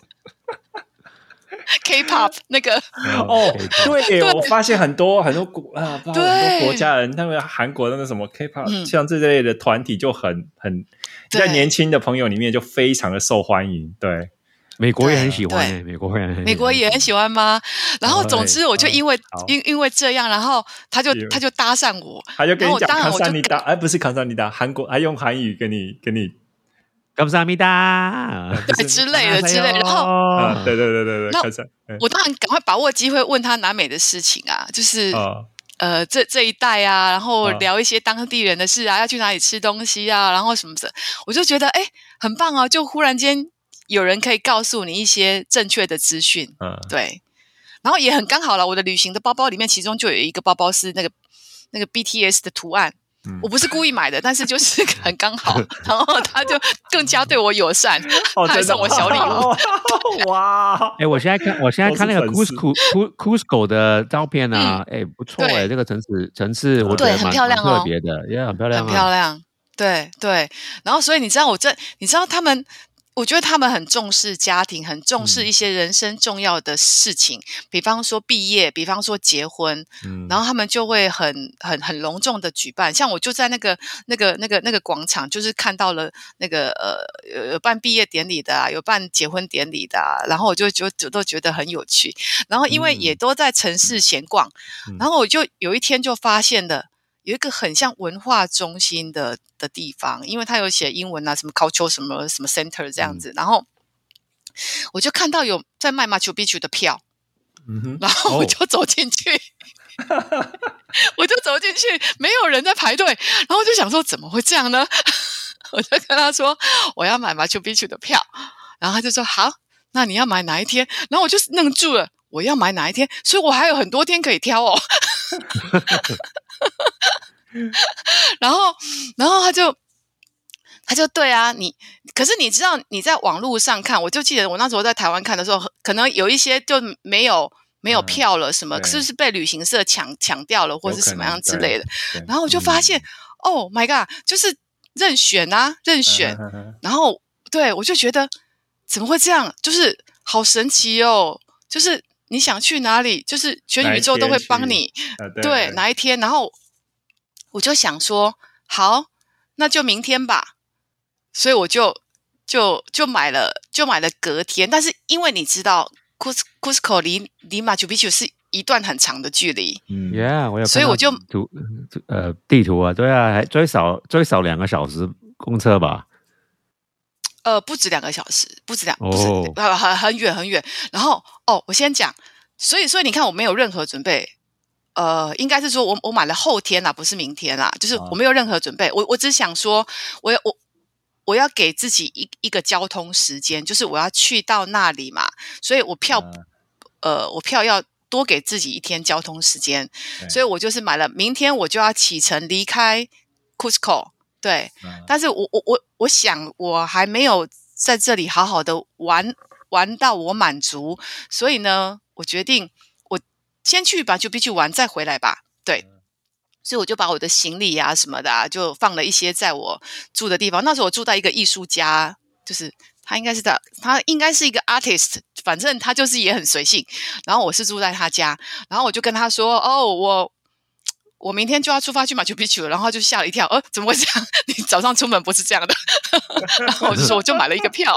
K-pop 那个哦，对，我发现很多很多国啊，很多国家人，他们韩国那个什么 K-pop，、嗯、像这类的团体就很很在年轻的朋友里面就非常的受欢迎。对， 美国也很喜欢，美国人美国也很喜欢吗？然后总之我就因为、嗯、因因为这样，然后他就他就搭讪我， 他就跟你讲康萨尼达，哎，不是康萨尼达，韩国还用韩语跟你跟你。 感谢你哒， 对之类的之类的，然后、 啊，对对对对对， 那我当然赶快把握机会问他南美的事情啊，就是、哦、呃这这一带啊，然后聊一些当地人的事啊，哦、要去哪里吃东西啊，然后什么的，我就觉得哎很棒啊，就忽然间有人可以告诉你一些正确的资讯，嗯，对，然后也很刚好了，我的旅行的包包里面其中就有一个包包是那个那个 B T S 的图案。我不是故意买的，但是就是很刚好，然后他就更加对我友善， 哦、 他还送我小礼物。 哇！ 哎、欸，我现在看，我现在看那个 Cusco Cusco 的照片啊，哎、嗯欸，不错哎、欸，这个城市城市我觉得蛮漂亮哦， 特别的，也很漂亮、啊， 很漂亮。对对，然后所以你知道我这，你知道他们。我觉得他们很重视家庭，很重视一些人生重要的事情，嗯、比方说毕业，比方说结婚，嗯、然后他们就会很很很隆重的举办。像我就在那个那个那个那个广场，就是看到了那个呃有办毕业典礼的啊，有办结婚典礼的啊，然后我就就就都觉得很有趣。然后因为也都在城市闲逛，嗯、然后我就有一天就发现了。有一个很像文化中心的的地方，因为它有写英文啊，什么 culture 什么什么 center 这样子，嗯、然后我就看到有在卖 Machu Picchu 的票，嗯哼，然后我就走进去，哦、我就走进去，没有人在排队，然后我就想说怎么会这样呢？我就跟他说我要买 Machu Picchu 的票，然后他就说好，那你要买哪一天？然后我就愣住了，我要买哪一天？所以我还有很多天可以挑哦。然后，然后他就，他就对啊，你可是你知道你在网络上看，我就记得我那时候在台湾看的时候，可能有一些就没有没有票了，什么、嗯、是不是被旅行社抢抢掉了，或是什么样之类的？然后我就发现、嗯、，Oh my god， 就是任选啊，任选。嗯、然后对我就觉得怎么会这样？就是好神奇哦，就是你想去哪里，就是全宇宙都会帮你。 呃、对, 对，哪一天，然后。我就想说，好，那就明天吧。所以我就就就买了，就买了隔天。但是因为你知道 ，Cusco 离离马丘比丘是一段很长的距离。 嗯 ，Yeah， 我有看到所以我就图呃地图啊，对啊，最少最少两个小时公车吧。 呃，不止两个小时，不止两，不是、oh. 很很远很远。然后哦，我先讲，所以所以你看，我没有任何准备。呃，应该是说我我买了后天啦，不是明天啦，就是我没有任何准备，我我只想说，我要我我要给自己一一个交通时间，就是我要去到那里嘛，所以我票、嗯、呃我票要多给自己一天交通时间，所以我就是买了，明天我就要启程离开 Cusco， 对，嗯、但是我我我我想我还没有在这里好好的玩玩到我满足，所以呢，我决定。先去吧，就必须玩，再回来吧。对，所以我就把我的行李啊什么的啊，就放了一些在我住的地方。那时候我住在一个艺术家，就是他应该是的，他应该是一个 artist， 反正他就是也很随性。然后我是住在他家，然后我就跟他说：“哦，我我明天就要出发去马丘比丘了。”然后就吓了一跳，呃，怎么会这样？你早上出门不是这样的？然后我就说，我就买了一个票。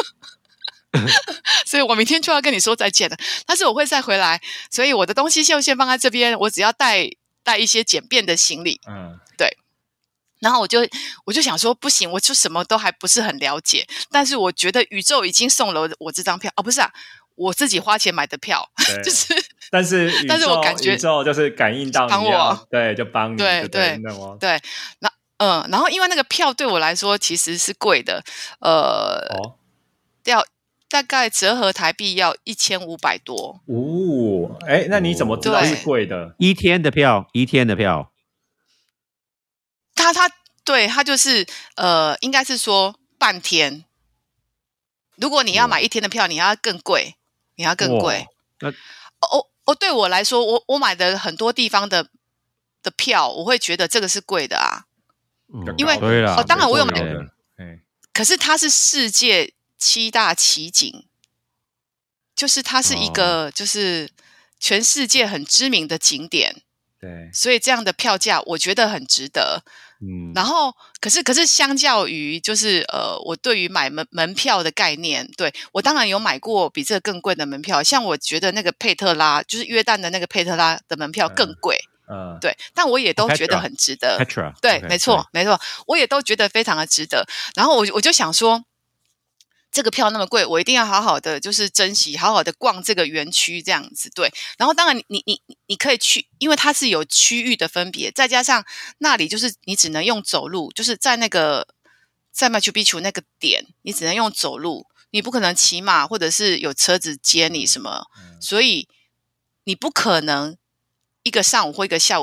所以我明天就要跟你说再见了，但是我会再回来，所以我的东西就先放在这边，我只要带带一些简便的行李，嗯，对。然后我就我就想说，不行，我就什么都还不是很了解，但是我觉得宇宙已经送了我这张票，哦，不是啊，我自己花钱买的票，就是， 但是但是我感觉宇宙就是感应到你帮我， 对，就帮你， 对对对，那嗯，然后因为那个票对我来说其实是贵的，呃，哦、要。大概折合台币要一千五百多哦，哎，那你怎么知道是贵的？ 一天的票，一天的票， 他他对他就是呃，应该是说半天。如果你要买一天的票，你要更贵，你要更贵。那哦哦，对我来说，我我买的很多地方的的票，我会觉得这个是贵的啊， 嗯、 因为哦， 当然我有买，可是它是世界。七大奇景，就是它是一个，哦、就是全世界很知名的景点， 对， 所以这样的票价我觉得很值得。嗯，然后可是可是相较于就是呃，我对于买门门票的概念，对我当然有买过比这个更贵的门票，像我觉得那个佩特拉，就是约旦的那个佩特拉的门票更贵。嗯，对，但我也都觉得很值得。 Petra, 对， okay, 没错， 对没错，我也都觉得非常的值得。然后我我就想说。这个票那么贵，我一定要好好的就是珍惜，好好的逛这个园区这样子，对。然后当然你你你可以去，因为它是有区域的分别，再加上那里就是你只能用走路，就是在那个在马丘比丘那个点，你只能用走路，你不可能骑马或者是有车子接你什么，所以你不可能一个上午或一个下午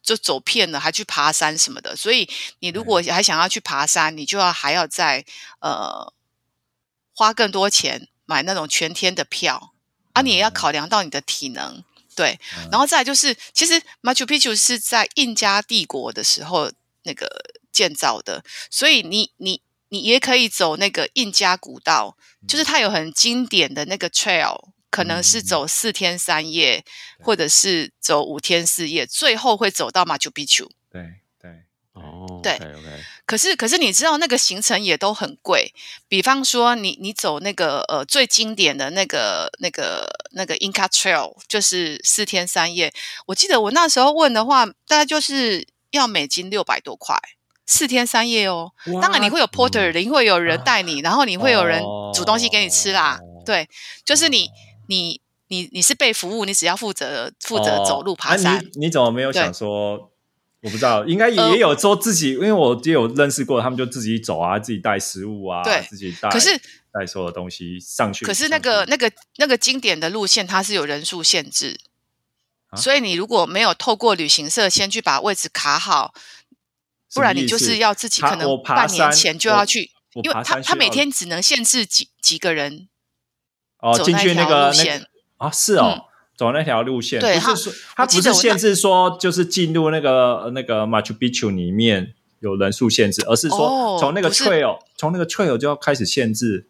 就走偏了，还去爬山什么的。所以你如果还想要去爬山，你就要还要再呃花更多钱买那种全天的票啊，你也要考量到你的体能。对，然后再来就是，其实 Machu Picchu 是在印加帝国的时候那个建造的，所以你你你也可以走那个印加古道，就是它有很经典的那个 trail， 可能是走四天三夜，或者是走五天四夜，最后会走到 Machu Picchu。 对对哦， 对 ，OK OK。 可是可是你知道那个行程也都很贵，比方说你你走那个呃最经典的那个那个那个 Inca Trail， 就是四天三夜，我记得我那时候问的话，大概就是要美金六百多块。四天三夜哦，当然你会有 porter，、嗯、你会有人带你，然后你会有人煮东西给你吃啦。哦、对，就是你你你你是被服务，你只要负责负责走路爬山。 哦啊、你你怎么没有想说？我不知道，应该也有说自己，呃、因为我也有认识过，他们就自己走啊，自己带食物啊， 对， 自己带， 可是带所有东西上去。 可是那个那个那个经典的路线，它是有人数限制，啊、所以你如果没有透过旅行社先去把位置卡好，不然你就是要自己可能半年前就要去，因为他他每天只能限制几几个人哦进去那个路线、 那个、啊，是哦。嗯走那条路线， 对， 不是说它不是限制说就是进入那个那个 Machu Picchu 里面有人数限制，而是说从那个 trail 从、哦、那个 trail 就要开始限制。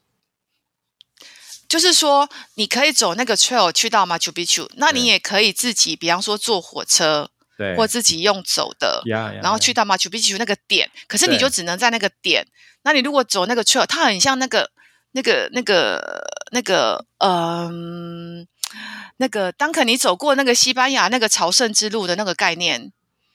就是说，你可以走那个 trail 去到 Machu Picchu， 那你也可以自己，比方说坐火车， 对， 或自己用走的， yeah, yeah, 然后去到 Machu Picchu 那个点。可是你就只能在那个点。那你如果走那个 trail， 它很像那个那个那个那个嗯。那个当肯你走过那个西班牙那个朝圣之路的那个概念，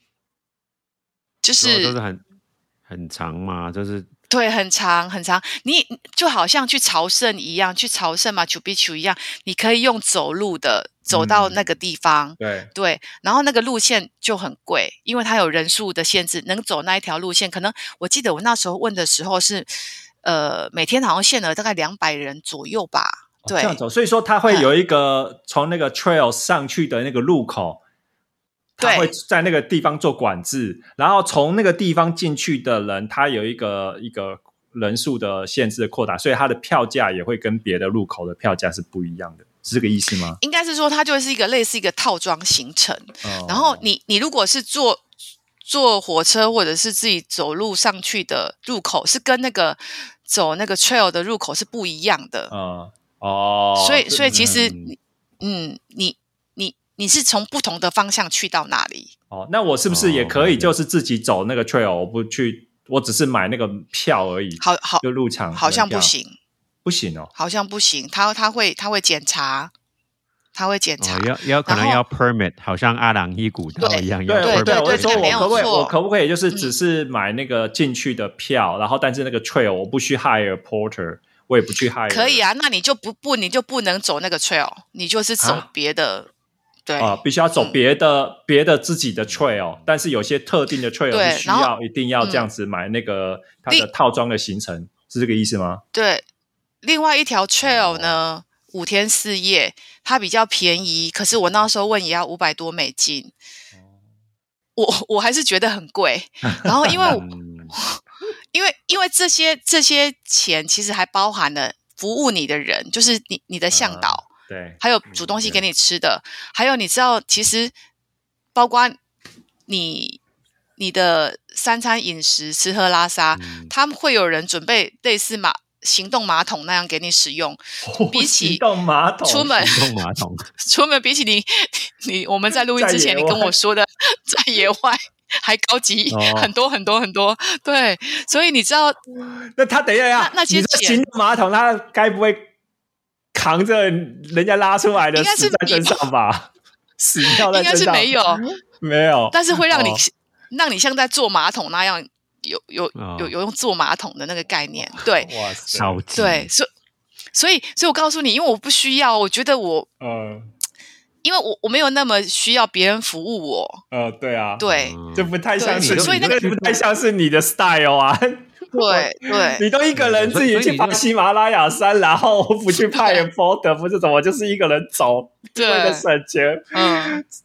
就是都是很很长嘛，就是对，很长很长。你就好像去朝圣一样，去朝圣嘛 Machu Picchu 一样，你可以用走路的走到那个地方。 嗯、对对，然后那个路线就很贵，因为它有人数的限制，能走那一条路线，可能我记得我那时候问的时候是，呃，每天好像限额大概两百人左右吧。对、 哦，这样走，所以说它会有一个从那个 trail 上去的那个路口，它会在那个地方做管制，然后从那个地方进去的人，它有一个一个人数的限制的扩大，所以它的票价也会跟别的路口的票价是不一样的，是这个意思吗？ 应该是说它就是一个类似一个套装行程，哦、然后你你如果是坐坐火车或者是自己走路上去的入口，是跟那个走那个 trail 的入口是不一样的。 哦哦， 所以所以其实嗯，嗯你你你是从不同的方向去到那里。 哦，那我是不是也可以就是自己走那个 trail， 我不去，我只是买那个票而已？ 好好， 就入场好像不行， 不行哦， 好像不行，他他会他会检查。他会检查， 哦、要要可能要 permit， 好像阿朗伊古道一样。 对对对，我说我可不可以，我可不可以就是只是嗯买那个进去的票，嗯、然后但是那个 trail 我不需 hire porter， 我也不去 hire。 可以啊，那你就不不你就不能走那个 trail， 你就是走别的，啊、对啊，必须要走别的、嗯、别的自己的 trail， 但是有些特定的 trail 是需要一定要这样子买那个它的套装的行程，嗯、是这个意思吗？ 对，另外一条 trail 呢？哦五天四夜，它比较便宜，可是我那时候问也要五百多美金，我我还是觉得很贵。然后因为因为因为这些这些钱其实还包含了服务你的人，就是你你的向导， 呃、对， 还有煮东西给你吃的，嗯、还有你知道，其实包括你你的三餐饮食吃喝拉撒，嗯、他们会有人准备类似马。行动马桶那样给你使用， 哦、 比起行动马桶出门行动马桶出门比起你你我们在录音之前你跟我说的在野外还高级、哦、很多很多很多。对，所以你知道， 那他等一下呀， 那, 那些行动马桶他该不会扛着人家拉出来的死在身上吧？死掉在身上？ 应该是没有， 没有， 但是会让你、哦、让你像在坐马桶那样。有有有有用坐马桶的那个概念，对， 哇塞， 对，所以所以所以我告诉你，因为我不需要，我觉得我，嗯，因为我我没有那么需要别人服务我， 呃，对啊， 对， 这不太像是， 所以那个不太像是你的 style 啊， 对对， 你都一个人自己去爬喜马拉雅山，然后不去派人 folder， 不是怎么就是一个人走，为了省钱，嗯。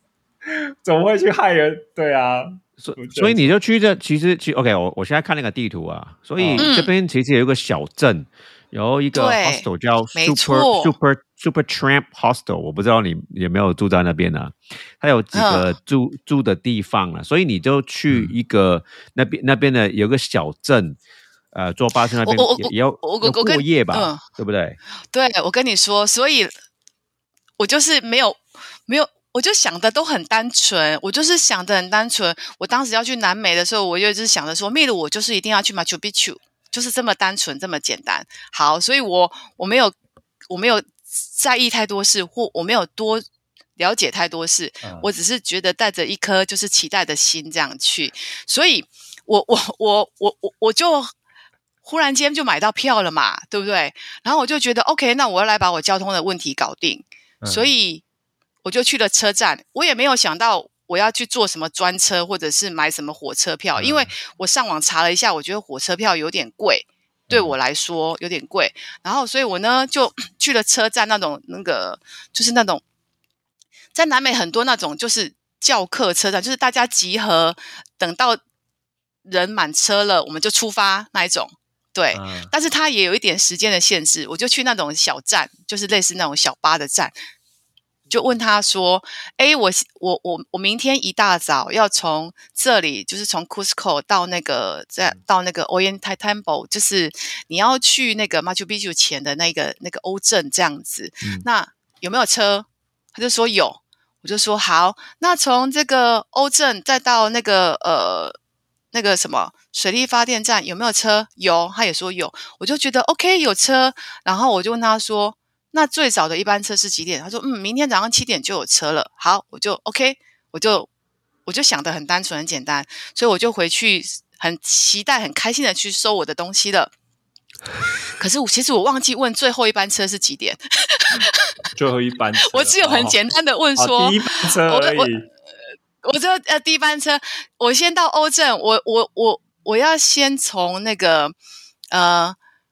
怎么会去害人？对啊， 所所以你就去这，其实其 OK， 我我现在看那个地图啊，所以这边其实有一个小镇。嗯有一个 hostel 叫 Super Super Super Tramp Hostel， 我不知道你有没有住在那边呢、啊？它有几个住、嗯、住的地方了，所以你就去一个、嗯、那边那边的有个小镇，呃，坐巴士那边也也要要过夜吧、嗯，对不对？ 对，我跟你说，所以我就是没有没有。我就想的都很单纯，我就是想的很单纯。我当时要去南美的时候，我就是想着说，秘鲁我就是一定要去马丘比丘。就是这么单纯，这么简单。好，所以我我没有我没有在意太多事，或我没有多了解太多事，嗯、我只是觉得带着一颗就是期待的心这样去。所以我我我我我我就忽然间就买到票了嘛，对不对？然后我就觉得 OK， 那我要来把我交通的问题搞定，嗯、所以我就去了车站。我也没有想到我要去坐什么专车，或者是买什么火车票，因为我上网查了一下，我觉得火车票有点贵，对我来说有点贵。然后，所以我呢就去了车站那种那个，就是那种在南美很多那种就是教客车站，就是大家集合，等到人满车了，我们就出发那一种。对，嗯、但是它也有一点时间的限制，我就去那种小站，就是类似那种小巴的站。就问他说：“哎，我我我我明天一大早要从这里，就是从 Cusco 到那个在到那个 Ollantaytambo， 就是你要去那个 Machu Picchu 前的那个那个欧镇这样子。嗯、那有没有车？”他就说有。我就说好，那从这个欧镇再到那个呃那个什么水力发电站有没有车？有，他也说有。我就觉得 OK 有车，然后我就问他说。那最早的一班车是几点？他说，嗯，明天早上七点就有车了。好，我就 OK， 我就我就想得很单纯很简单，所以我就回去很期待很开心的去收我的东西了。可是我其实我忘记问最后一班车是几点。 最后一班车， 我只有很简单的问说， 哦、第一班车而已。我我这呃第一班车，我先到欧镇，我我我我要先从那个呃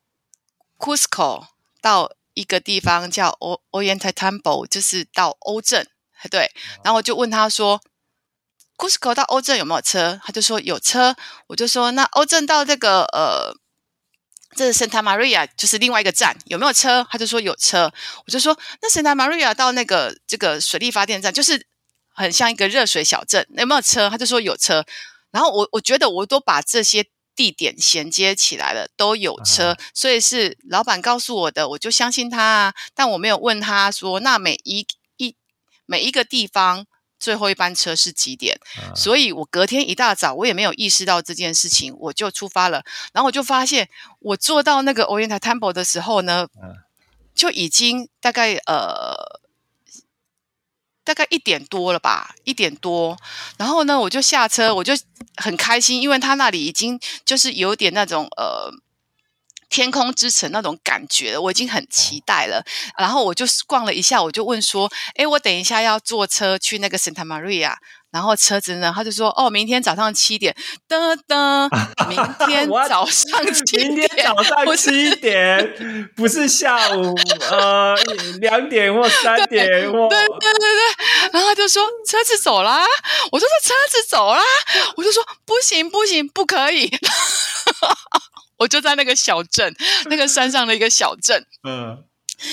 Cusco 到。一个地方叫 Ollantaytambo， 就是到欧镇，对。然后我就问他说 ，Cusco 到欧镇有没有车？他就说有车。我就说那欧镇到这个呃，这是 Santa Maria， 就是另外一个站，有没有车？他就说有车。我就说那 Santa Maria 到那个这个水力发电站，就是很像一个热水小镇，有没有车？他就说有车。然后我我觉得我都把这些。地点衔接起来了，都有车，啊、所以是老板告诉我的，我就相信他啊。但我没有问他说，那每一一每一个地方最后一班车是几点？啊、所以我隔天一大早，我也没有意识到这件事情，我就出发了。然后我就发现，我坐到那个 Ollantaytambo 的时候呢，啊、就已经大概呃。大概一点多了吧，一点多。然后呢，我就下车，我就很开心，因为他那里已经就是有点那种呃天空之城那种感觉了，我已经很期待了。然后我就逛了一下，我就问说：“哎，我等一下要坐车去那个 Santa Maria。”然后车子呢，他就说：“哦，明天早上七点，噔噔，明天早上七点， 明天早上七点，不是下午呃两点或三点或…… 对对对对。”然后他就说：“车子走啦。”我就说：“车子走啦。”我就说：“不行不行，不可以。”我就在那个小镇，那个山上的一个小镇，嗯，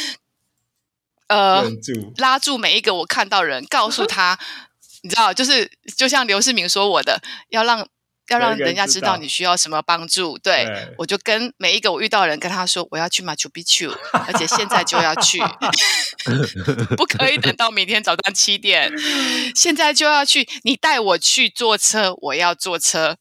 呃，拉住每一个我看到人，告诉他。你知道，就是就像刘世明说我的，要让要让人家知道你需要什么帮助。对，对我就跟每一个我遇到的人跟他说，我要去马丘比丘，而且现在就要去，不可以等到明天早上七点，现在就要去。你带我去坐车，我要坐车。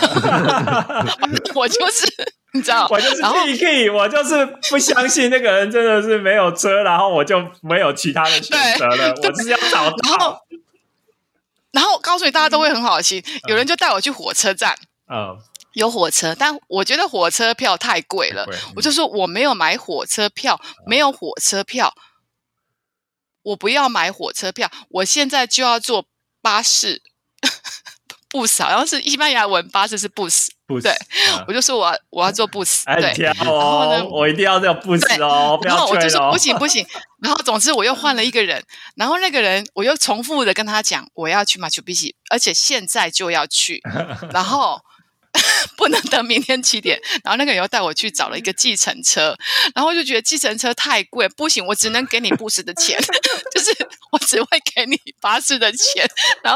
我就是。你知道， 我就是 T K， 我就是不相信那个人真的是没有车，然后我就没有其他的选择了，我就是要找到。 然后告诉你，大家都会很好奇，嗯、有人就带我去火车站，嗯，有火车，但我觉得火车票太贵了，嗯、我就说我没有买火车票，嗯、没有火车票，我不要买火车票，我现在就要坐巴士，bus，好像是西班牙文巴士是 bus， boost， 对，嗯、我就说我要我要做 boost， 对，很挑哦，我一定要这个 boost 哦，不要吹哦。 然后我就说不行不行，然后总之我又换了一个人，然后那个人我又重复的跟他讲我要去马丘比奇，而且现在就要去，然后不能等明天七点，然后那个人又带我去找了一个计程车，然后就觉得计程车太贵，不行，我只能给你boost的钱，就是我只会给你巴士的钱，然后。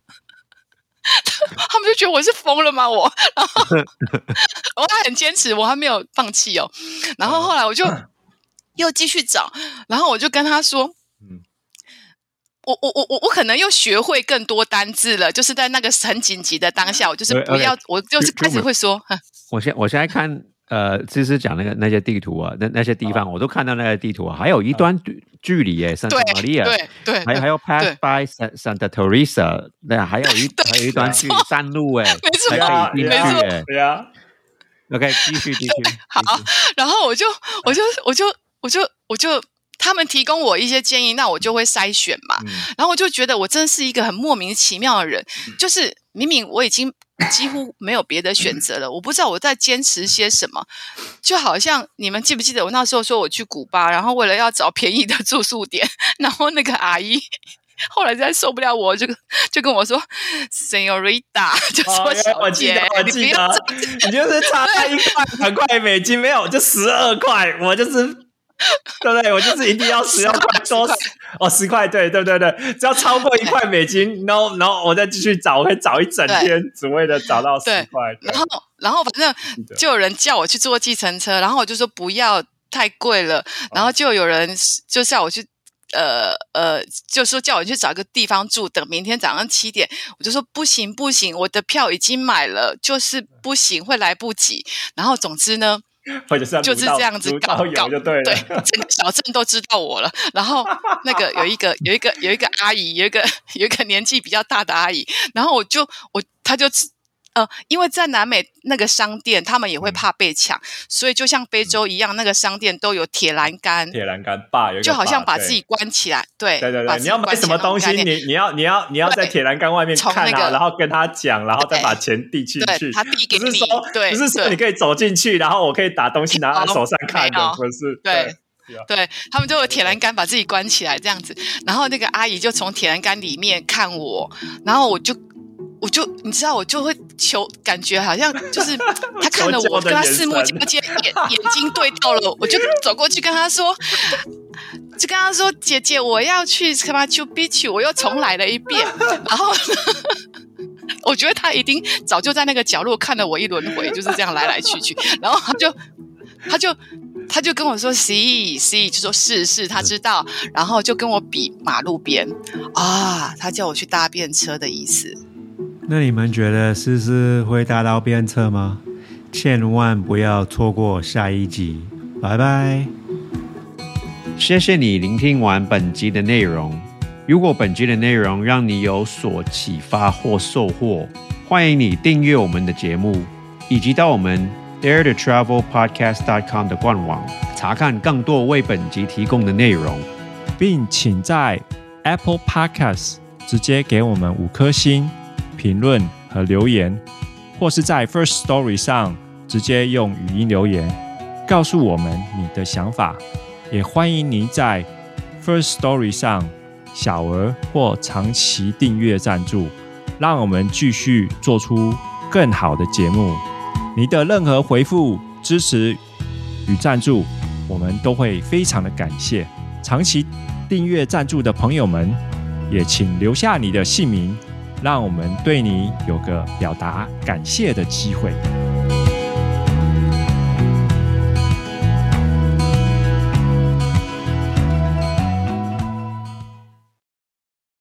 他们就觉得我是疯了吗？我，然后我还很坚持，我还没有放弃哦。然后后来我就又继续找，然后我就跟他说，嗯，我我我我我可能又学会更多单字了，就是在那个很紧急的当下，我就是不要， okay, 我就是开始会说。 我现我现在看。呃，其实讲那个那些地图啊，那那些地方、哦、我都看到那个地图啊，还有一段距离耶，圣玛利亚， 对对， 还还有 pass by Santa Teresa， 那还有一还有一段距离山路哎， 没错， 没错， 对啊 ，OK， 继续继续， 好，然后我就我就我就我就我就他们提供我一些建议，那我就会筛选嘛，嗯、然后我就觉得我真的是一个很莫名其妙的人，嗯、就是明明我已经。几乎没有别的选择了，我不知道我在坚持些什么，就好像你们记不记得我那时候说我去古巴，然后为了要找便宜的住宿点，然后那个阿姨后来实在受不了我，就就跟我说 Señorita， 就说小姐， 哦、我记得我记得，你就是差一块两块美金，没有就十二块，我就是。对不对？我就是一定要十二块多哦，十块，对对对对，只要超过一块美金，然后然后我再继续找，我会找一整天，只为了找到十块。 然后然后反正就有人叫我去坐计程车，然后我就说不要，太贵了。然后就有人就叫我去，呃呃，就说叫我去找个地方住，等明天早上七点。我就说不行不行，我的票已经买了，就是不行，会来不及。然后总之呢。 或者是就是这样子搞搞， 就对了， 对，整个小镇都知道我了。然后那个有一个有一个有一个阿姨，有一个有一个年纪比较大的阿姨，然后我就我她就呃，因为在南美那个商店，他们也会怕被抢，嗯、所以就像非洲一样，那个商店都有铁栏杆， 铁栏杆把有一个就好像把自己关起来，对对对对，你要买什么东西，你你要你要你要在铁栏杆外面看啊，那个、然后跟他讲，然后再把钱递进去， 他递给你， 不是说对， 不是说你可以走进去，然后我可以打东西拿在手上看的，不是， 对。对，他们就有铁栏杆把自己关起来这样子，然后那个阿姨就从铁栏杆里面看我，然后我就我就你知道我就会求感觉好像就是他看了我跟他四目交接，眼眼睛对到了，我就走过去跟他说，就跟他说姐姐我要去马丘比丘，我又重来了一遍，然后我觉得他一定早就在那个角落看了我一轮回，就是这样来来去去，然后他就他就。他就跟我说 see see 就说是是他知道，然后就跟我比马路边啊，他叫我去搭便车的意思。 那你们觉得思思会搭到便车吗？千万不要错过下一集，拜拜。 谢谢你聆听完本集的内容，如果本集的内容让你有所启发或收获，欢迎你订阅我们的节目，以及到我们dare to travel podcast dot com 的官网查看更多为本集提供的内容， 并请在 Apple Podcast 直接给我们五颗星评论和留言，或是在 First Story 上直接用语音留言告诉我们你的想法。也欢迎您在 First Story 上小额或长期订阅赞助，让我们继续做出更好的节目。你的任何回复、支持与赞助，我们都会非常的感谢。长期订阅赞助的朋友们，也请留下你的姓名，让我们对你有个表达感谢的机会。